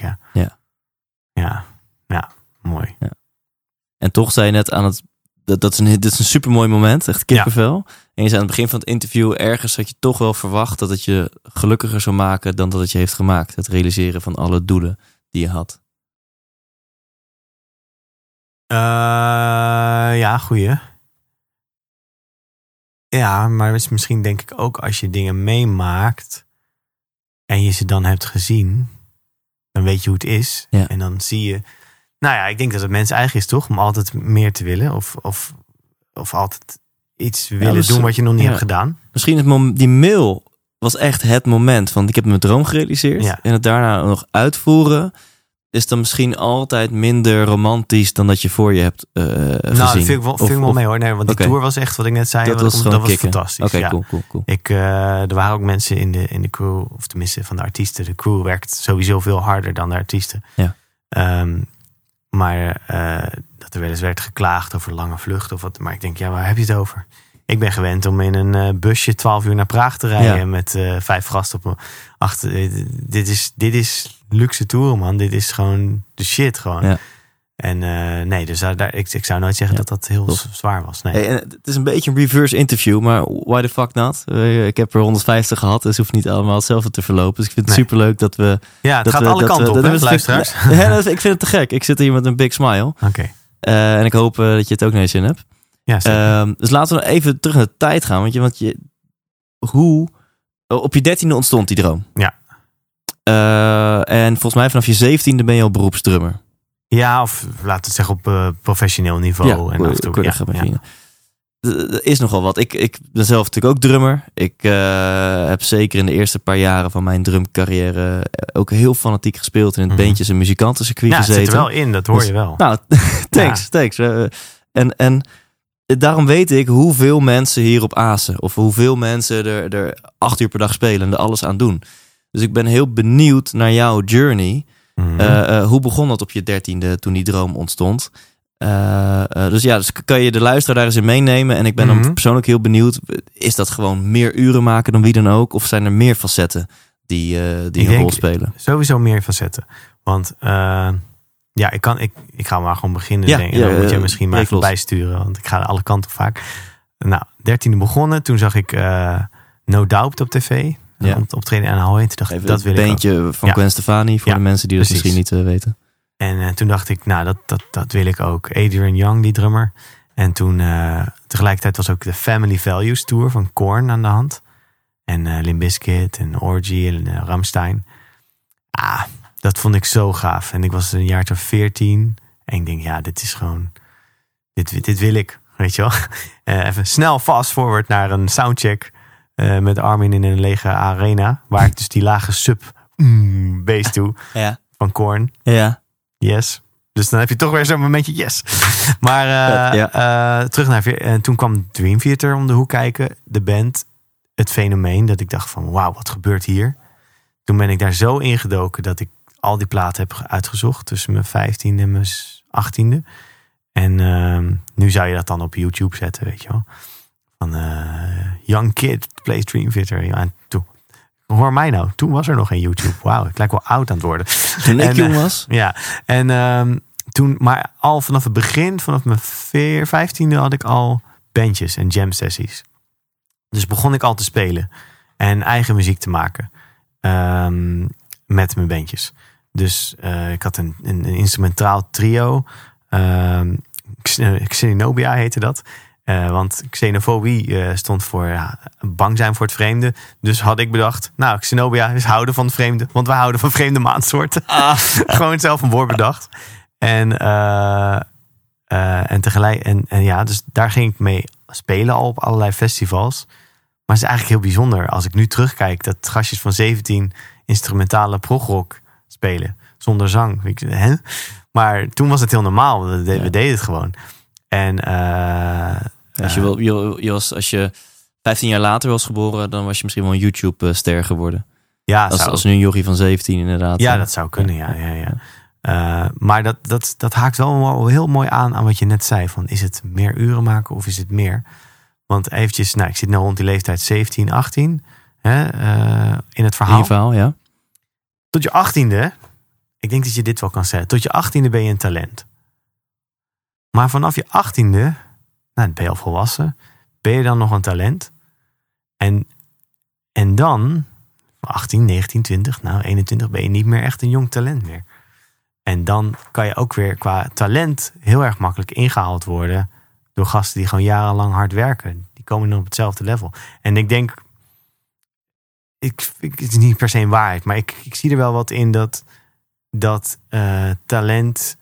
Ja, mooi. Ja. En toch zei je net aan het, dit is een supermooi moment, echt kippenvel. Ja. En je zei aan het begin van het interview, ergens had je toch wel verwacht dat het je gelukkiger zou maken dan dat het je heeft gemaakt. Het realiseren van alle doelen die je had. Ja, goeie. Ja, maar het is misschien denk ik ook als je dingen meemaakt en je ze dan hebt gezien, dan weet je hoe het is. Ja. En dan zie je, nou ja, ik denk dat het mens eigen is toch, om altijd meer te willen of altijd iets willen doen wat je nog niet hebt gedaan. Misschien die mail was echt het moment van ik heb mijn droom gerealiseerd en het daarna nog uitvoeren is dan misschien altijd minder romantisch dan dat je voor je hebt gezien. Nou, dat vind ik wel mee hoor. Nee, want die tour was echt, wat ik net zei, dat was fantastisch. Oké, cool. Er waren ook mensen in de crew, of tenminste van de artiesten. De crew werkt sowieso veel harder dan de artiesten. Ja. Maar dat er wel eens werd geklaagd over lange vluchten of wat. Maar ik denk, ja, waar heb je het over? Ik ben gewend om in een busje 12 uur naar Praag te rijden met 5 gasten op me achter. Dit is luxe tour, man. Dit is gewoon de shit gewoon. Ja. En nee, dus ik zou nooit zeggen dat dat heel zwaar was. Nee. Hey, en het is een beetje een reverse interview, maar why the fuck not? Ik heb er 150 gehad, dus hoeft niet allemaal hetzelfde te verlopen. Dus ik vind het superleuk dat we... Ja, het gaat alle kanten op, hè, luisteraars. Ik vind het te gek. Ik zit hier met een big smile. Oké. En ik hoop dat je het ook naar je zin hebt. Ja, dus laten we nog even terug naar de tijd gaan. Hoe op je 13e ontstond die droom. Ja. En volgens mij vanaf je 17e ben je al beroepsdrummer. Ja, of laten we het zeggen op professioneel niveau. Ja, en af en toe, Er is nogal wat. Ik ben zelf natuurlijk ook drummer. Ik heb zeker in de eerste paar jaren van mijn drumcarrière ook heel fanatiek gespeeld in het bandjes- en muzikantencircuit gezeten. Ja, het zit er wel in, dat hoor je wel. Nou, thanks. En daarom weet ik hoeveel mensen hierop azen. Of hoeveel mensen er 8 uur per dag spelen en er alles aan doen. Dus ik ben heel benieuwd naar jouw journey. Hoe begon dat op je 13e toen die droom ontstond? Dus kan je de luisteraar daar eens in meenemen. En ik ben dan persoonlijk heel benieuwd. Is dat gewoon meer uren maken dan wie dan ook? Of zijn er meer facetten die een rol spelen? Sowieso meer facetten. Want ik ga maar gewoon beginnen. Ja, denk, dan moet je misschien maar even bijsturen. Want ik ga alle kanten op vaak. Nou, 13e begonnen. Toen zag ik No Doubt op tv. Optreden en Ahoy. Toen dacht ik, dat wil ik ook. Een beentje van Gwen Stefani. Voor de mensen die dat misschien niet weten. En toen dacht ik, nou, dat wil ik ook. Adrian Young, die drummer. En toen tegelijkertijd was ook de Family Values Tour van Korn aan de hand. En Limp Bizkit en Orgy en Rammstein. Dat vond ik zo gaaf. En ik was een jaartje of 14. En ik denk, dit is gewoon... Dit wil ik, weet je wel. Even snel fast forward naar een soundcheck... met Armin in een lege arena. Waar ik dus die lage bass doe. Van Korn. Ja. Yes. Dus dan heb je toch weer zo'n momentje yes. Maar terug naar... En toen kwam Dream Theater om de hoek kijken. De band. Het fenomeen. Dat ik dacht van wauw, wat gebeurt hier? Toen ben ik daar zo ingedoken dat ik al die platen heb uitgezocht. Tussen mijn 15e en mijn 18e. En nu zou je dat dan op YouTube zetten, weet je wel. Van Young Kid Plays Dream Theater. Ja, en toen, hoor mij nou. Toen was er nog geen YouTube. Wauw, ik lijk wel oud aan het worden. Toen ik jong was? Ja. En toen, maar al vanaf het begin, vanaf mijn 15e had ik al bandjes en jam sessies. Dus begon ik al te spelen. En eigen muziek te maken. Met mijn bandjes. Dus ik had een instrumentaal trio. Xenobia heette dat. Want xenofobie stond voor bang zijn voor het vreemde. Dus had ik bedacht, nou, Xenobia is houden van het vreemde. Want wij houden van vreemde maandsoorten. Gewoon zelf een woord bedacht. En tegelijk, dus daar ging ik mee spelen al op allerlei festivals. Maar het is eigenlijk heel bijzonder als ik nu terugkijk dat gastjes van 17 instrumentale progrock spelen zonder zang. Maar toen was het heel normaal. We deden het gewoon. En als je 15 jaar later was geboren, dan was je misschien wel een YouTube-ster geworden. Ja, als nu een jochie van 17 inderdaad. Ja, dat zou kunnen. Ja. Maar dat haakt wel heel mooi aan wat je net zei. Van, is het meer uren maken of is het meer? Want eventjes, ik zit nu rond die leeftijd 17, 18. In het verhaal. In je verhaal, ja. Tot je 18e, ik denk dat je dit wel kan zeggen. Tot je 18e ben je een talent. Maar vanaf je 18e, dan ben je al volwassen. Ben je dan nog een talent? En dan, 18, 19, 20, 21 ben je niet meer echt een jong talent meer. En dan kan je ook weer qua talent heel erg makkelijk ingehaald worden door gasten die gewoon jarenlang hard werken. Die komen dan op hetzelfde level. En ik denk, het is niet per se een waarheid, maar ik zie er wel wat in dat talent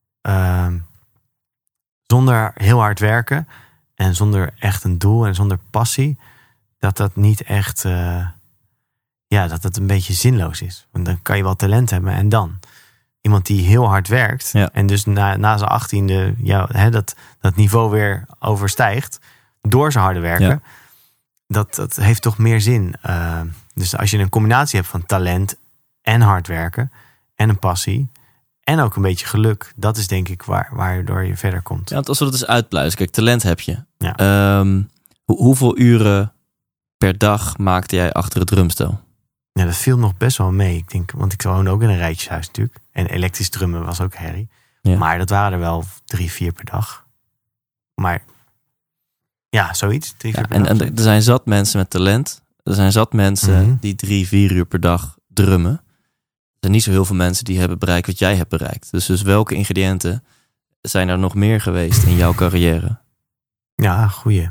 zonder heel hard werken en zonder echt een doel en zonder passie, dat niet echt, dat het een beetje zinloos is. Want dan kan je wel talent hebben en dan iemand die heel hard werkt en dus na zijn 18e dat niveau weer overstijgt door zijn harde werken, dat heeft toch meer zin. Dus als je een combinatie hebt van talent en hard werken en een passie en ook een beetje geluk, dat is denk ik waardoor je verder komt. Ja, als we dat eens uitpluizen. Kijk, talent heb je. Ja. Hoeveel uren per dag maakte jij achter het drumstel? Ja, dat viel nog best wel mee. Ik denk, want ik woonde ook in een rijtjeshuis natuurlijk. En elektrisch drummen was ook herrie. Ja. Maar dat waren er wel 3-4 per dag. Maar ja, zoiets. 3-4 per dag. En er zijn zat mensen met talent. Er zijn zat mensen die 3-4 uur per dag drummen. Er zijn niet zo heel veel mensen die hebben bereikt wat jij hebt bereikt. Dus welke ingrediënten zijn er nog meer geweest in jouw carrière? Ja, goeie.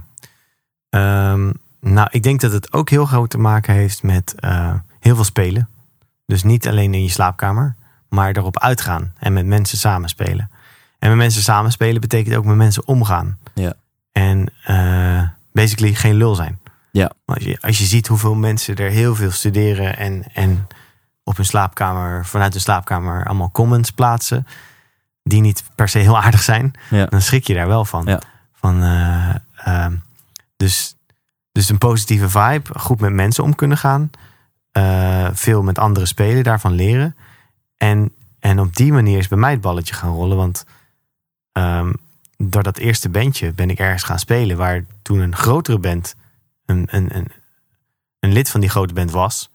Ik denk dat het ook heel groot te maken heeft met heel veel spelen. Dus niet alleen in je slaapkamer, maar erop uitgaan en met mensen samenspelen. En met mensen samenspelen betekent ook met mensen omgaan. Ja. En basically geen lul zijn. Ja. Als je ziet hoeveel mensen er heel veel studeren en op hun slaapkamer, vanuit hun slaapkamer allemaal comments plaatsen die niet per se heel aardig zijn, dan schrik je daar wel van. Ja. Dus een positieve vibe, goed met mensen om kunnen gaan, veel met anderen spelen, daarvan leren. En op die manier is bij mij het balletje gaan rollen, want door dat eerste bandje ben ik ergens gaan spelen waar toen een grotere band een lid van die grote band was.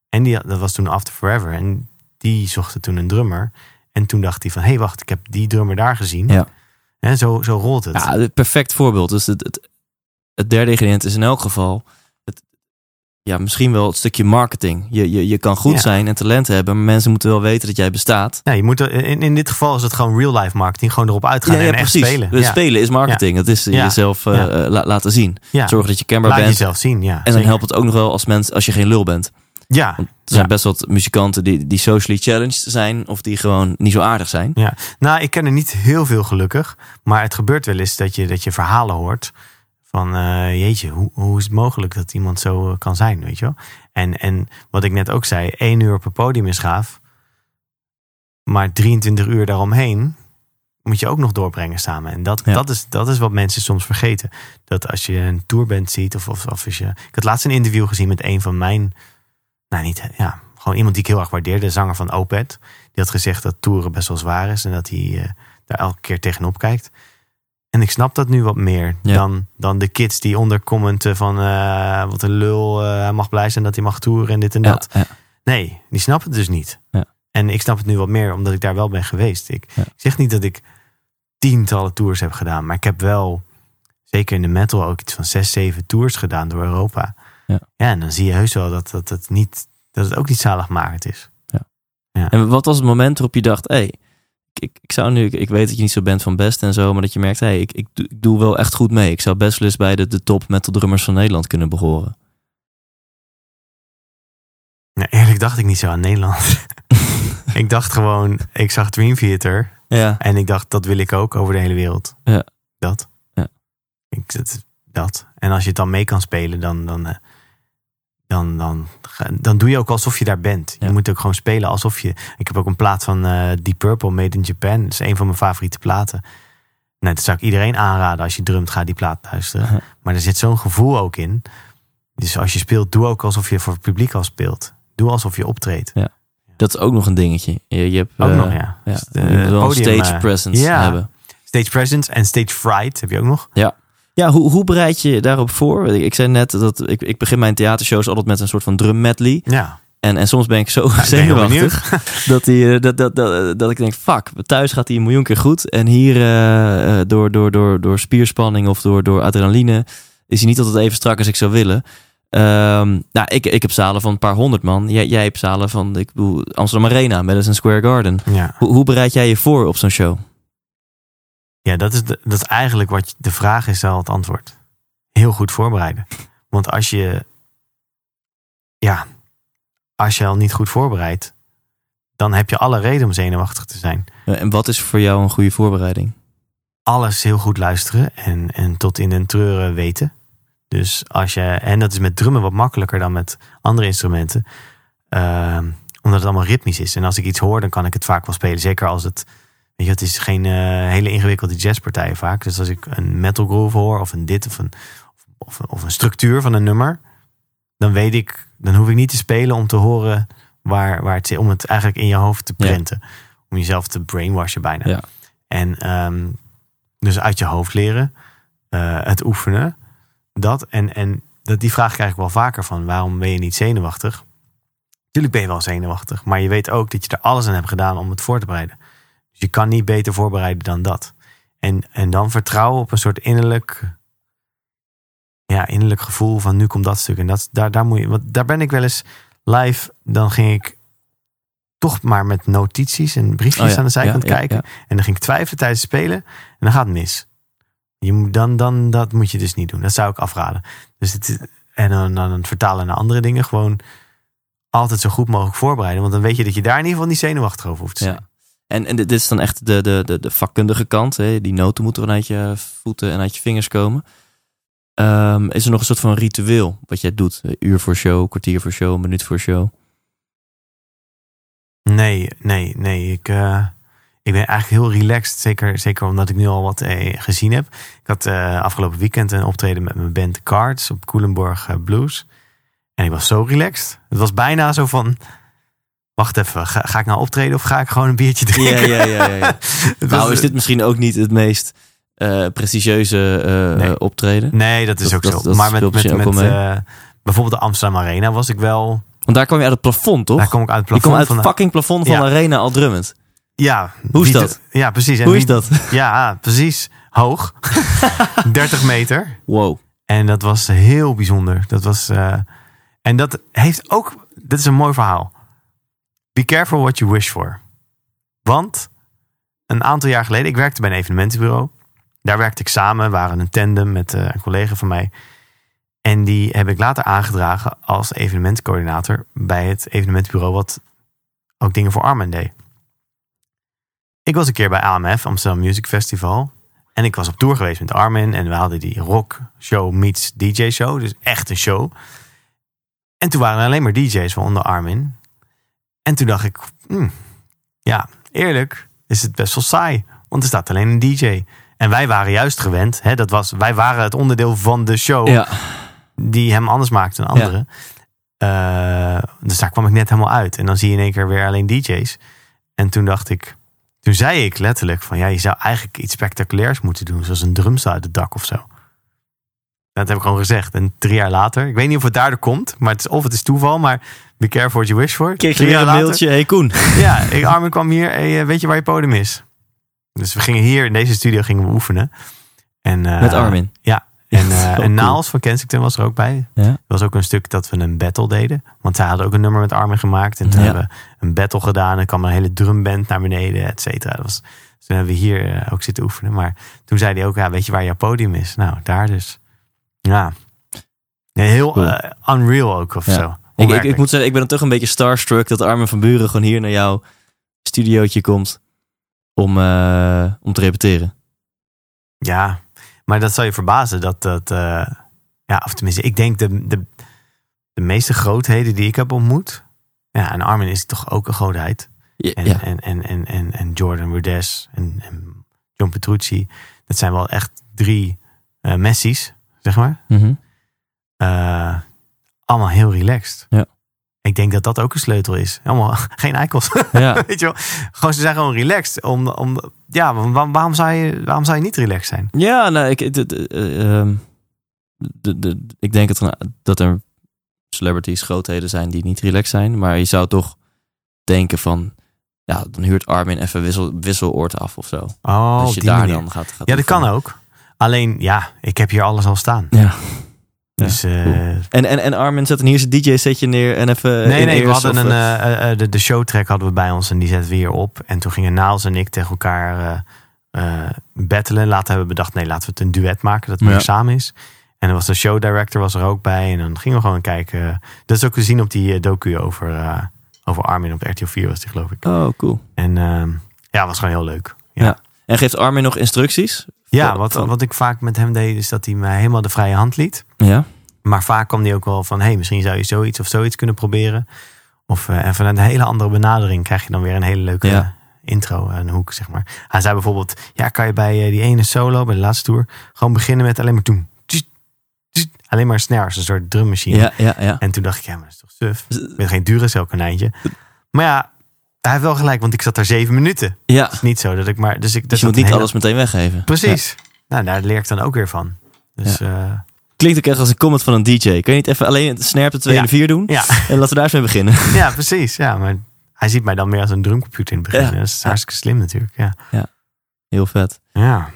En dat was toen After Forever. En die zochten toen een drummer. En toen dacht hij van, hé, wacht, ik heb die drummer daar gezien. Ja. En zo rolt het. Ja, het perfect voorbeeld. Dus het derde ingrediënt is in elk geval... misschien wel het stukje marketing. Je kan goed zijn en talent hebben, maar mensen moeten wel weten dat jij bestaat. Ja, je moet in dit geval is het gewoon real life marketing. Gewoon erop uitgaan en echt spelen. Dus spelen is marketing. Dat is jezelf laten zien. Ja. Zorg dat je kenbaar bent. Laat jezelf zien, ja. En dan zeker. helpt het ook nog wel als je geen lul bent. Ja. Want er zijn best wat muzikanten die socially challenged zijn of die gewoon niet zo aardig zijn. Ja. Nou, ik ken er niet heel veel gelukkig. Maar het gebeurt wel eens dat je verhalen hoort van jeetje, hoe is het mogelijk dat iemand zo kan zijn, weet je wel? En wat ik net ook zei, 1 uur op een podium is gaaf. Maar 23 uur daaromheen moet je ook nog doorbrengen samen. En dat is wat mensen soms vergeten. Dat als je een tourband ziet of als je... Ik had laatst een interview gezien met een van mijn... gewoon iemand die ik heel erg waardeerde. De zanger van Opeth. Die had gezegd dat toeren best wel zwaar is. En dat hij daar elke keer tegenop kijkt. En ik snap dat nu wat meer dan de kids die onder commenten van wat een lul, hij mag blij zijn dat hij mag toeren en dit en dat. Ja. Nee, die snappen het dus niet. Ja. En ik snap het nu wat meer omdat ik daar wel ben geweest. Ik zeg niet dat ik tientallen tours heb gedaan, maar ik heb wel, zeker in de metal, ook iets van 6, 7 tours gedaan door Europa. Ja, en dan zie je heus wel dat het ook niet zaligmakend is. Ja. Ja. En wat was het moment waarop je dacht, ik weet dat je niet zo bent van best en zo, maar dat je merkt, ik doe wel echt goed mee. Ik zou best wel eens bij de top metal drummers van Nederland kunnen behoren. Nee, eerlijk dacht ik niet zo aan Nederland. Ik dacht gewoon, ik zag Dream Theater en ik dacht, dat wil ik ook over de hele wereld. Ja. Dat. Ja. Dat. En als je het dan mee kan spelen, dan doe je ook alsof je daar bent. Je moet ook gewoon spelen alsof je... Ik heb ook een plaat van Deep Purple, Made in Japan. Dat is een van mijn favoriete platen. Nou, dat zou ik iedereen aanraden. Als je drumt, ga die plaat luisteren. Uh-huh. Maar er zit zo'n gevoel ook in. Dus als je speelt, doe ook alsof je voor het publiek al speelt. Doe alsof je optreedt. Ja. Dat is ook nog een dingetje. Je hebt ook nog, ja. Je moet wel podium, stage presence hebben. Stage presence en stage fright heb je ook nog. Ja. Ja, hoe bereid je daarop voor? Ik zei net dat ik begin mijn theatershows altijd met een soort van drum medley. Ja. En soms ben ik zo zenuwachtig dat ik denk, fuck, thuis gaat hij 1 miljoen keer goed. En hier door spierspanning of door adrenaline is hij niet altijd even strak als ik zou willen. Ik heb zalen van een paar 100 man. Jij hebt zalen van, ik bedoel, Amsterdam Arena, Madison Square Garden. Ja. Hoe bereid jij je voor op zo'n show? Ja, dat is eigenlijk wat de vraag is al het antwoord. Heel goed voorbereiden. Want als je al niet goed voorbereidt, dan heb je alle reden om zenuwachtig te zijn. En wat is voor jou een goede voorbereiding? Alles heel goed luisteren en tot in den treuren weten. Dus en dat is met drummen wat makkelijker dan met andere instrumenten. Omdat het allemaal ritmisch is. En als ik iets hoor, dan kan ik het vaak wel spelen. Zeker als het... Weet je, het is geen hele ingewikkelde jazzpartij vaak. Dus als ik een metal groove hoor of een dit of een structuur van een nummer, dan hoef ik niet te spelen om te horen waar het zit. Om het eigenlijk in je hoofd te printen. Ja. Om jezelf te brainwashen bijna. Ja. En dus uit je hoofd leren. Het oefenen. Dat. En die vraag krijg ik wel vaker van, waarom ben je niet zenuwachtig? Tuurlijk ben je wel zenuwachtig. Maar je weet ook dat je er alles aan hebt gedaan om het voor te bereiden. Je kan niet beter voorbereiden dan dat. En dan vertrouwen op een soort innerlijk gevoel van nu komt dat stuk. En daar ben ik wel eens live. Dan ging ik toch maar met notities en briefjes aan de zijkant kijken. Ja. En dan ging ik twijfelen tijdens het spelen. En dan gaat het mis. Dat moet je dus niet doen. Dat zou ik afraden. Dus dan vertalen naar andere dingen. Gewoon altijd zo goed mogelijk voorbereiden. Want dan weet je dat je daar in ieder geval niet zenuwachtig over hoeft te zijn. Ja. En dit is dan echt de vakkundige kant. Hè? Die noten moeten vanuit je voeten en uit je vingers komen. Is er nog een soort van ritueel wat jij doet? 1 uur voor show, kwartier voor show, 1 minuut voor show? Nee. Ik ben eigenlijk heel relaxed. Zeker omdat ik nu al wat gezien heb. Ik had afgelopen weekend een optreden met mijn band Cards op Culemborg Blues. En ik was zo relaxed. Het was bijna zo van... Wacht even, ga ik nou optreden of ga ik gewoon een biertje drinken? Ja. Nou, is dit misschien ook niet het meest prestigieuze optreden? Nee, dat is ook zo. Maar met bijvoorbeeld de Amsterdam Arena was ik wel Want daar kwam je uit het plafond, toch? Daar kom ik uit het Je plafond. kwam uit het fucking plafond van de arena al drummend. Ja. Hoe is dat? Ja, precies. En Hoe is dat? Ja, precies. Hoog. 30 meter. Wow. En dat was heel bijzonder. Dat was... en dat heeft ook... Dit is een mooi verhaal. Be careful what you wish for. Want een aantal jaar geleden... Ik werkte bij een evenementenbureau. Daar werkte ik samen. We waren een tandem met een collega van mij. En die heb ik later aangedragen als evenementencoördinator bij het evenementenbureau wat ook dingen voor Armin deed. Ik was een keer bij AMF, Amsterdam Music Festival. En ik was op tour geweest met Armin. En we hadden die rock show meets DJ show. Dus echt een show. En toen waren er alleen maar DJ's van onder Armin. En toen dacht ik, ja, eerlijk is het best wel saai. Want er staat alleen een DJ. En wij waren juist gewend. Hè, wij waren het onderdeel van de show. Ja. Die hem anders maakte dan anderen. Ja. Dus daar kwam ik net helemaal uit. En dan zie je in één keer weer alleen DJ's. En toen zei ik letterlijk van... ja, je zou eigenlijk iets spectaculairs moeten doen. Zoals een drumstel uit het dak of zo. Dat heb ik gewoon gezegd. En 3 jaar later... Ik weet niet of het daardoor komt. Maar of het is toeval. Maar be careful what you wish for. Kreeg je weer een mailtje. Hey Koen. Ja, Armin kwam hier. Hey, weet je waar je podium is? Dus we gingen hier in deze studio gingen we oefenen. En, met Armin? Ja. En Naals van Kensington was er ook bij. Ja. Er was ook een stuk dat we een battle deden. Want zij hadden ook een nummer met Armin gemaakt. En toen hebben we een battle gedaan. En kwam een hele drumband naar beneden, et cetera. Dus toen hebben we hier ook zitten oefenen. Maar toen zei hij ook, ja, weet je waar jouw podium is? Nou, daar dus. Ja. Heel cool. Unreal ook of zo. Ik moet zeggen, ik ben dan toch een beetje starstruck dat Armin van Buuren gewoon hier naar jouw studiootje komt om te repeteren. Ja, maar dat zal je verbazen of tenminste, ik denk de meeste grootheden die ik heb ontmoet. Ja, en Armin is toch ook een grootheid. En Jordan Rudess en John Petrucci. Dat zijn wel echt 3 Messi's, zeg maar. Mm-hmm. Allemaal heel relaxed. Ja. Ik denk dat dat ook een sleutel is. Allemaal geen eikels. Ja. Weet je wel? Gewoon, ze zijn gewoon relaxed. Waarom zou je niet relaxed zijn? Ja, nou, ik denk dat er celebrities, grootheden zijn die niet relaxed zijn. Maar je zou toch denken van... Ja, dan huurt Armin even wisseloord af of zo. Oh, als je daar manier. Dan gaat ja, dat kan ook. Alleen, ja, ik heb hier alles al staan. Ja. Dus, cool. En Armin zet dan hier zijn DJ-setje neer en even... Nee, we hadden de showtrack hadden we bij ons en die zetten we hier op. En toen gingen Naals en ik tegen elkaar battelen. Later hebben we bedacht, nee, laten we het een duet maken, dat het meer samen is. En dan was de showdirector was er ook bij. En dan gingen we gewoon kijken. Dat is ook te zien op die docu over Armin op RTL 4 was die, geloof ik. Oh, cool. En het was gewoon heel leuk. Ja. En geeft Armin nog instructies? Ja, wat ik vaak met hem deed, is dat hij mij helemaal de vrije hand liet. Ja. Maar vaak kwam hij ook wel van, misschien zou je zoiets of zoiets kunnen proberen. Of en vanuit een hele andere benadering krijg je dan weer een hele leuke intro, een hoek, zeg maar. Hij zei bijvoorbeeld, kan je bij die ene solo, bij de laatste tour, gewoon beginnen met alleen maar doen. Alleen maar snares, een soort drummachine. Ja. En toen dacht ik, maar dat is toch suf. Ik ben geen Duracell konijntje. Maar ja, hij heeft wel gelijk, want ik zat daar 7 minuten. Ja. Het is niet zo dat ik maar... Dus je moet niet alles meteen weggeven. Precies. Ja. Nou, daar leer ik dan ook weer van. Dus, klinkt ook echt als een comment van een DJ. Kun je niet even alleen het snare op de 2 en de 4 doen? Ja. En laten we daar eens mee beginnen. Ja, precies. Ja, maar hij ziet mij dan meer als een drumcomputer in het begin. Ja. Dat is hartstikke slim natuurlijk. Ja. Heel vet. Ja.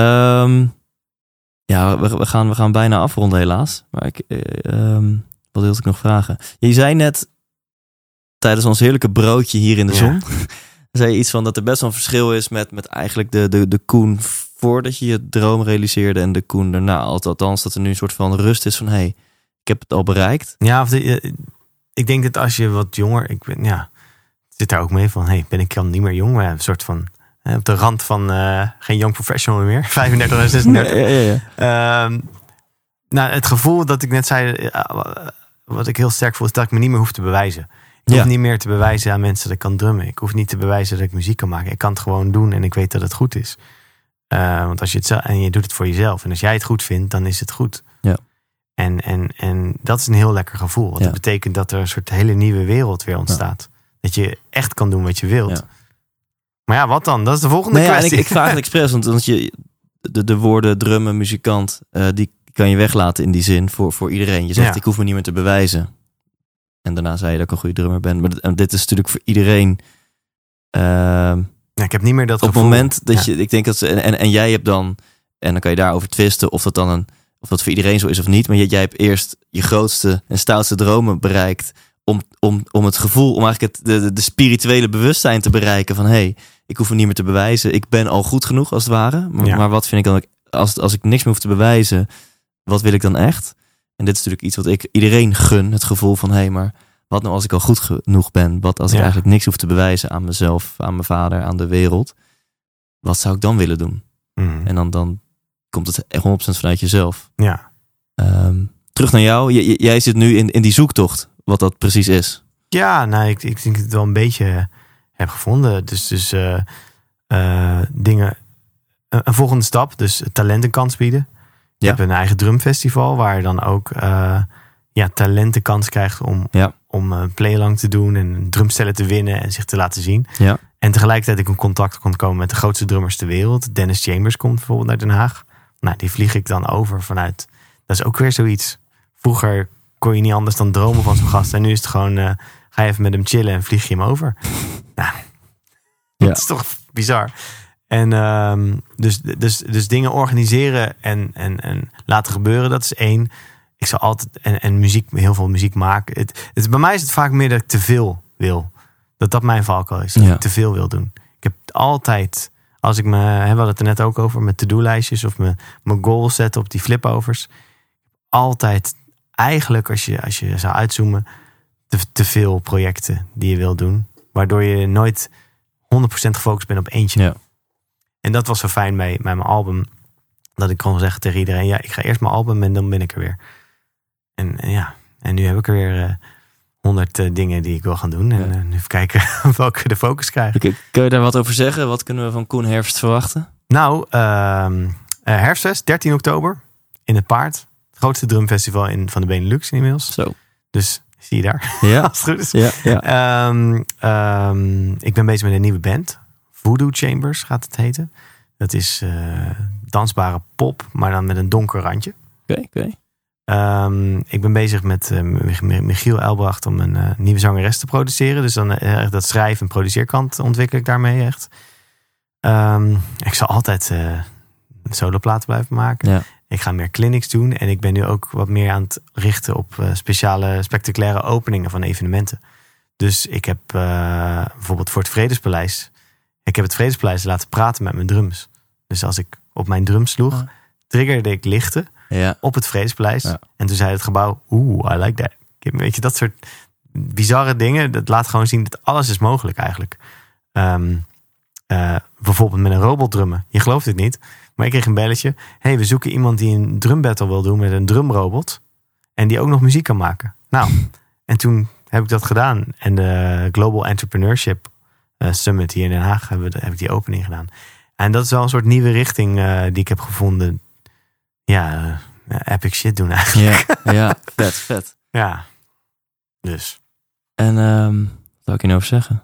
We gaan bijna afronden helaas. Maar wat wilde ik nog vragen? Je zei net tijdens ons heerlijke broodje hier in de zon... zei je iets van dat er best wel een verschil is met eigenlijk de Koen voordat je je droom realiseerde en de Koen daarna. Althans dat er nu een soort van rust is van ik heb het al bereikt. Ja, ik denk dat als je wat jonger... zit daar ook mee van, ben ik dan niet meer jong? Maar een soort van... op de rand van geen young professional meer. 35 en 36. Ja. Het gevoel dat ik net zei... wat ik heel sterk voel... is dat ik me niet meer hoef te bewijzen. Ik hoef niet meer te bewijzen aan mensen dat ik kan drummen. Ik hoef niet te bewijzen dat ik muziek kan maken. Ik kan het gewoon doen en ik weet dat het goed is. Want als je het en je doet het voor jezelf. En als jij het goed vindt, dan is het goed. Ja. En dat is een heel lekker gevoel. Want dat betekent dat er een soort hele nieuwe wereld weer ontstaat. Ja. Dat je echt kan doen wat je wilt. Ja. Maar wat dan? Dat is de volgende kwestie. En ik vraag het expres, want je de woorden drummen, muzikant, die kan je weglaten in die zin voor iedereen. Je zegt, ik hoef me niet meer te bewijzen. En daarna zei je dat ik een goede drummer ben. Maar dit is natuurlijk voor iedereen... Ik heb niet meer dat op het gevoel. moment dat je... Ik denk dat en jij hebt dan... En dan kan je daarover twisten of dat voor iedereen zo is of niet. Maar jij hebt eerst je grootste en stoutste dromen bereikt... Om het gevoel, om eigenlijk de spirituele bewustzijn te bereiken van... hey, ik hoef me niet meer te bewijzen. Ik ben al goed genoeg als het ware. Maar wat vind ik dan... Als ik niks meer hoef te bewijzen, wat wil ik dan echt? En dit is natuurlijk iets wat ik iedereen gun. Het gevoel van, hey, maar wat nou als ik al goed genoeg ben? Wat als ik eigenlijk niks hoef te bewijzen aan mezelf, aan mijn vader, aan de wereld? Wat zou ik dan willen doen? En dan komt het 100% vanuit jezelf. Ja. Terug naar jou. Jij zit nu in die zoektocht, wat dat precies is. Ja, nou, ik denk dat ik het wel een beetje heb gevonden. Dus dingen... Een volgende stap, dus talenten kans bieden. Je hebt een eigen drumfestival waar je dan ook talenten kans krijgt om playalong te doen en drumstellen te winnen en zich te laten zien. Ja. En tegelijkertijd ik in contact kon komen met de grootste drummers ter wereld. Dennis Chambers komt bijvoorbeeld uit Den Haag. Nou, die vlieg ik dan over vanuit. Dat is ook weer zoiets. Vroeger kon je niet anders dan dromen van zo'n gast. En nu is het gewoon, ga je even met hem chillen en vlieg je hem over. Nou, dat is toch bizar. En dus dingen organiseren en laten gebeuren, dat is één. Ik zal altijd en muziek, heel veel muziek maken. Bij mij is het vaak meer dat ik te veel wil. Dat mijn valkuil is. Dat ik te veel wil doen. Ik heb altijd, als ik we hadden het er net ook over, met to-do-lijstjes of mijn goals zetten op die flipovers. Altijd, eigenlijk als je zou uitzoomen, te veel projecten die je wil doen. Waardoor je nooit 100% gefocust bent op eentje. Ja. En dat was zo fijn bij mijn album. Dat ik kon zeggen tegen iedereen, ik ga eerst mijn album en dan ben ik er weer. En nu heb ik er weer 100 dingen die ik wil gaan doen. En even kijken welke de focus krijgt. Okay, kun je daar wat over zeggen? Wat kunnen we van Koen Herfst verwachten? Nou, Herfstfest, 13 oktober in het Paard. Het grootste drumfestival van de Benelux inmiddels. Zo. Dus zie je daar. Ja. Als het goed is. Ja. Ik ben bezig met een nieuwe band. Voodoo Chambers gaat het heten. Dat is dansbare pop, maar dan met een donker randje. Oké. Ik ben bezig met Michiel Elbracht om een nieuwe zangeres te produceren. Dus dan dat schrijf- en produceerkant ontwikkel ik daarmee echt. Ik zal altijd soloplaten blijven maken. Ja. Ik ga meer clinics doen. En ik ben nu ook wat meer aan het richten op speciale, spectaculaire openingen van evenementen. Dus ik heb bijvoorbeeld voor het Vredespaleis... Ik heb het Vredespaleis laten praten met mijn drums. Dus als ik op mijn drum sloeg, triggerde ik lichten op het Vredespaleis. Ja. En toen zei het gebouw, I like that. Weet je, dat soort bizarre dingen. Dat laat gewoon zien dat alles is mogelijk eigenlijk. Bijvoorbeeld met een robotdrummen. Je gelooft het niet. Maar ik kreeg een belletje. Hey, we zoeken iemand die een drumbattle wil doen met een drumrobot. En die ook nog muziek kan maken. Nou, en toen heb ik dat gedaan. En de Global Entrepreneurship Summit hier in Den Haag heb ik die opening gedaan. En dat is wel een soort nieuwe richting die ik heb gevonden. Ja, epic shit doen eigenlijk. Ja, vet. Ja, dus. En wat zou ik hier nou over zeggen?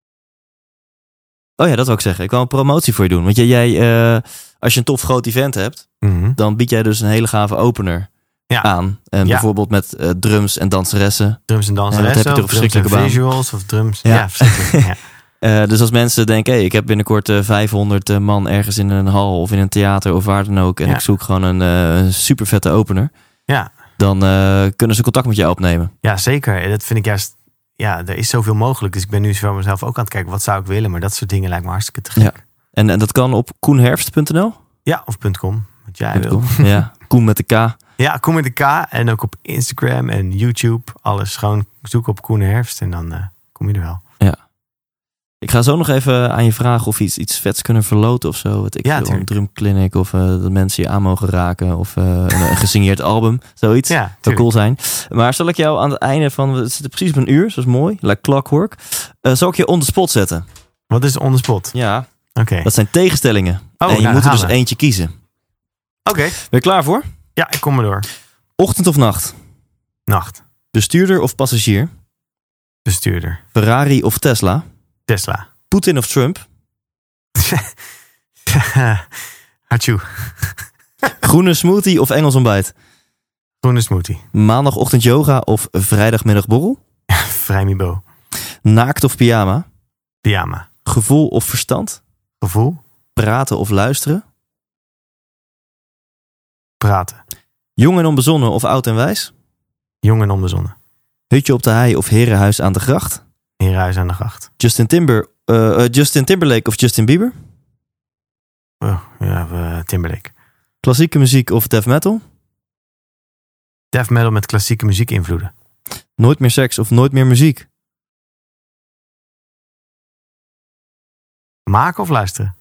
Oh ja, dat wil ik zeggen. Ik wil een promotie voor je doen. Want jij als je een tof groot event hebt, dan bied jij dus een hele gave opener aan. En bijvoorbeeld met drums en danseressen. Drums en danseressen. Dat heb je toch verschrikkelijke baan. Visuals of drums. Ja, verschrikkelijk. Dus als mensen denken, ik heb binnenkort 500 man ergens in een hal of in een theater of waar dan ook. En ik zoek gewoon een super vette opener. Ja. Dan kunnen ze contact met jou opnemen. Ja, zeker. Dat vind ik juist... Ja, er is zoveel mogelijk. Dus ik ben nu voor mezelf ook aan het kijken. Wat zou ik willen? Maar dat soort dingen lijkt me hartstikke te gek. Ja. En dat kan op koenherfst.nl? Ja, of .com. Wat jij wil. Ja, Koen met de K. Ja, Koen met de K. En ook op Instagram en YouTube. Alles. Gewoon zoeken op Koen Herfst. En dan kom je er wel. Ja. Ik ga zo nog even aan je vragen of iets vets kunnen verloten of zo. Een drumclinic of dat mensen je aan mogen raken. Of een gesigneerd album. Zoiets. Ja, zou cool zijn. Maar zal ik jou aan het einde van... Het zit precies op een uur. Dat is mooi. Like clockwork. Zal ik je on the spot zetten? Wat is on the spot? Ja. Okay. Dat zijn tegenstellingen. En je moet er dus eentje kiezen. Oké. Ben je klaar voor? Ja, ik kom maar door. Ochtend of nacht? Nacht. Bestuurder of passagier? Bestuurder. Ferrari of Tesla? Tesla. Poetin of Trump? Hachu. Groene smoothie of Engels ontbijt? Groene smoothie. Maandagochtend yoga of vrijdagmiddag borrel? Vrijmibo. Naakt of pyjama? Pyjama. Gevoel of verstand? Gevoel. Praten of luisteren? Praten. Jong en onbezonnen of oud en wijs? Jong en onbezonnen. Hutje op de hei of herenhuis aan de gracht? Herenhuis aan de gracht. Justin Timberlake of Justin Bieber? Timberlake. Klassieke muziek of death metal? Death metal met klassieke muziek invloeden. Nooit meer seks of nooit meer muziek? Maken of luisteren?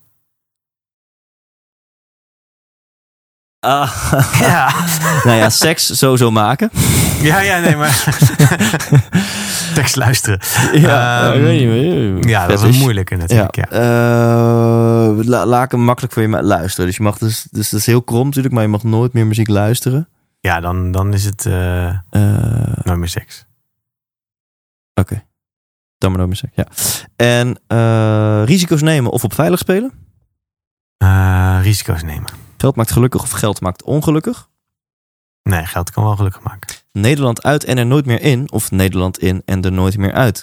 Ja. Nou ja, seks sowieso maken. Nee, maar... Tekst luisteren. Ik weet niet meer. Ja, dat is een moeilijke natuurlijk. Ja. Laat ik hem makkelijk voor je luisteren. Dus je mag dus dat is heel krom natuurlijk, maar je mag nooit meer muziek luisteren. Ja, dan is het nooit meer seks. Oké. Dan maar nooit meer seks, ja. En risico's nemen of op veilig spelen? Risico's nemen. Geld maakt gelukkig of geld maakt ongelukkig? Nee, geld kan wel gelukkig maken. Nederland uit en er nooit meer in of Nederland in en er nooit meer uit?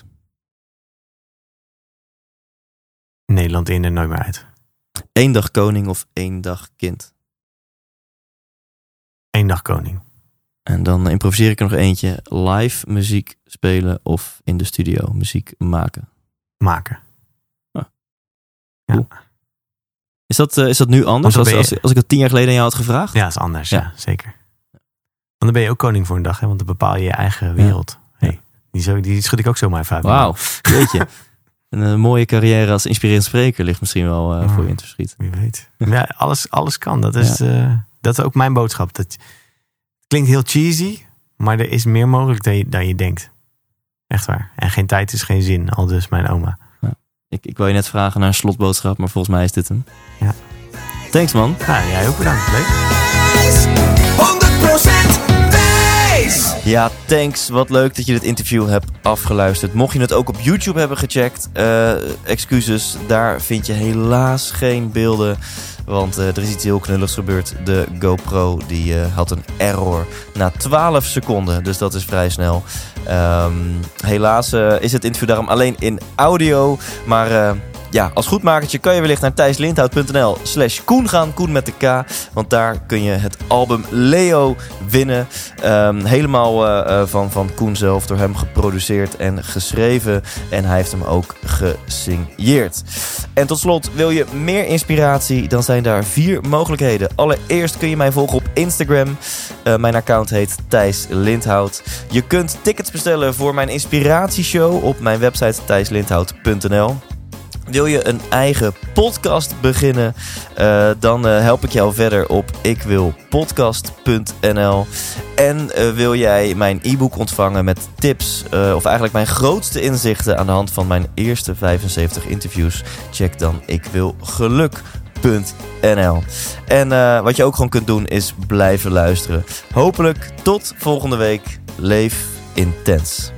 Nederland in en nooit meer uit. 1 dag koning of 1 dag kind? 1 dag koning. En dan improviseer ik er nog eentje. Live muziek spelen of in de studio muziek maken? Maken. Cool. Is dat nu anders als ik dat 10 jaar geleden aan jou had gevraagd? Ja, dat is anders. Ja, zeker. Want dan ben je ook koning voor een dag, hè? Want dan bepaal je je eigen wereld. Ja. Hey, die schud ik ook zomaar even uit. Wauw, weet je. Een mooie carrière als inspirerend spreker ligt misschien wel voor je in te verschiet. Wie weet. Ja, alles kan. Dat is ook mijn boodschap. Het klinkt heel cheesy, maar er is meer mogelijk dan je denkt. Echt waar. En geen tijd is geen zin, al dus mijn oma. Ja. Ik wil je net vragen naar een slotboodschap, maar volgens mij is dit hem. Ja. Thanks man. Ja, jij ook bedankt. Leuk. 100% wijs! Ja, thanks. Wat leuk dat je dit interview hebt afgeluisterd. Mocht je het ook op YouTube hebben gecheckt, excuses, daar vind je helaas geen beelden. Want er is iets heel knulligs gebeurd. De GoPro die had een error na 12 seconden. Dus dat is vrij snel. Helaas is het interview daarom alleen in audio. Maar als goedmakertje kan je wellicht naar thijslindhout.nl/Koen gaan. Koen met de K. Want daar kun je het album Leo winnen. Helemaal van Koen zelf. Door hem geproduceerd en geschreven. En hij heeft hem ook gesigneerd. En tot slot, wil je meer inspiratie? Dan zijn daar 4 mogelijkheden. Allereerst kun je mij volgen op Instagram. Mijn account heet Thijs Lindhout. Je kunt tickets bestellen voor mijn inspiratieshow op mijn website thijslindhout.nl. Wil je een eigen podcast beginnen? Dan help ik jou verder op ikwilpodcast.nl. En wil jij mijn e-book ontvangen met tips, of eigenlijk mijn grootste inzichten aan de hand van mijn eerste 75 interviews? Check dan ikwilgeluk.nl. En wat je ook gewoon kunt doen is blijven luisteren. Hopelijk tot volgende week. Leef intens.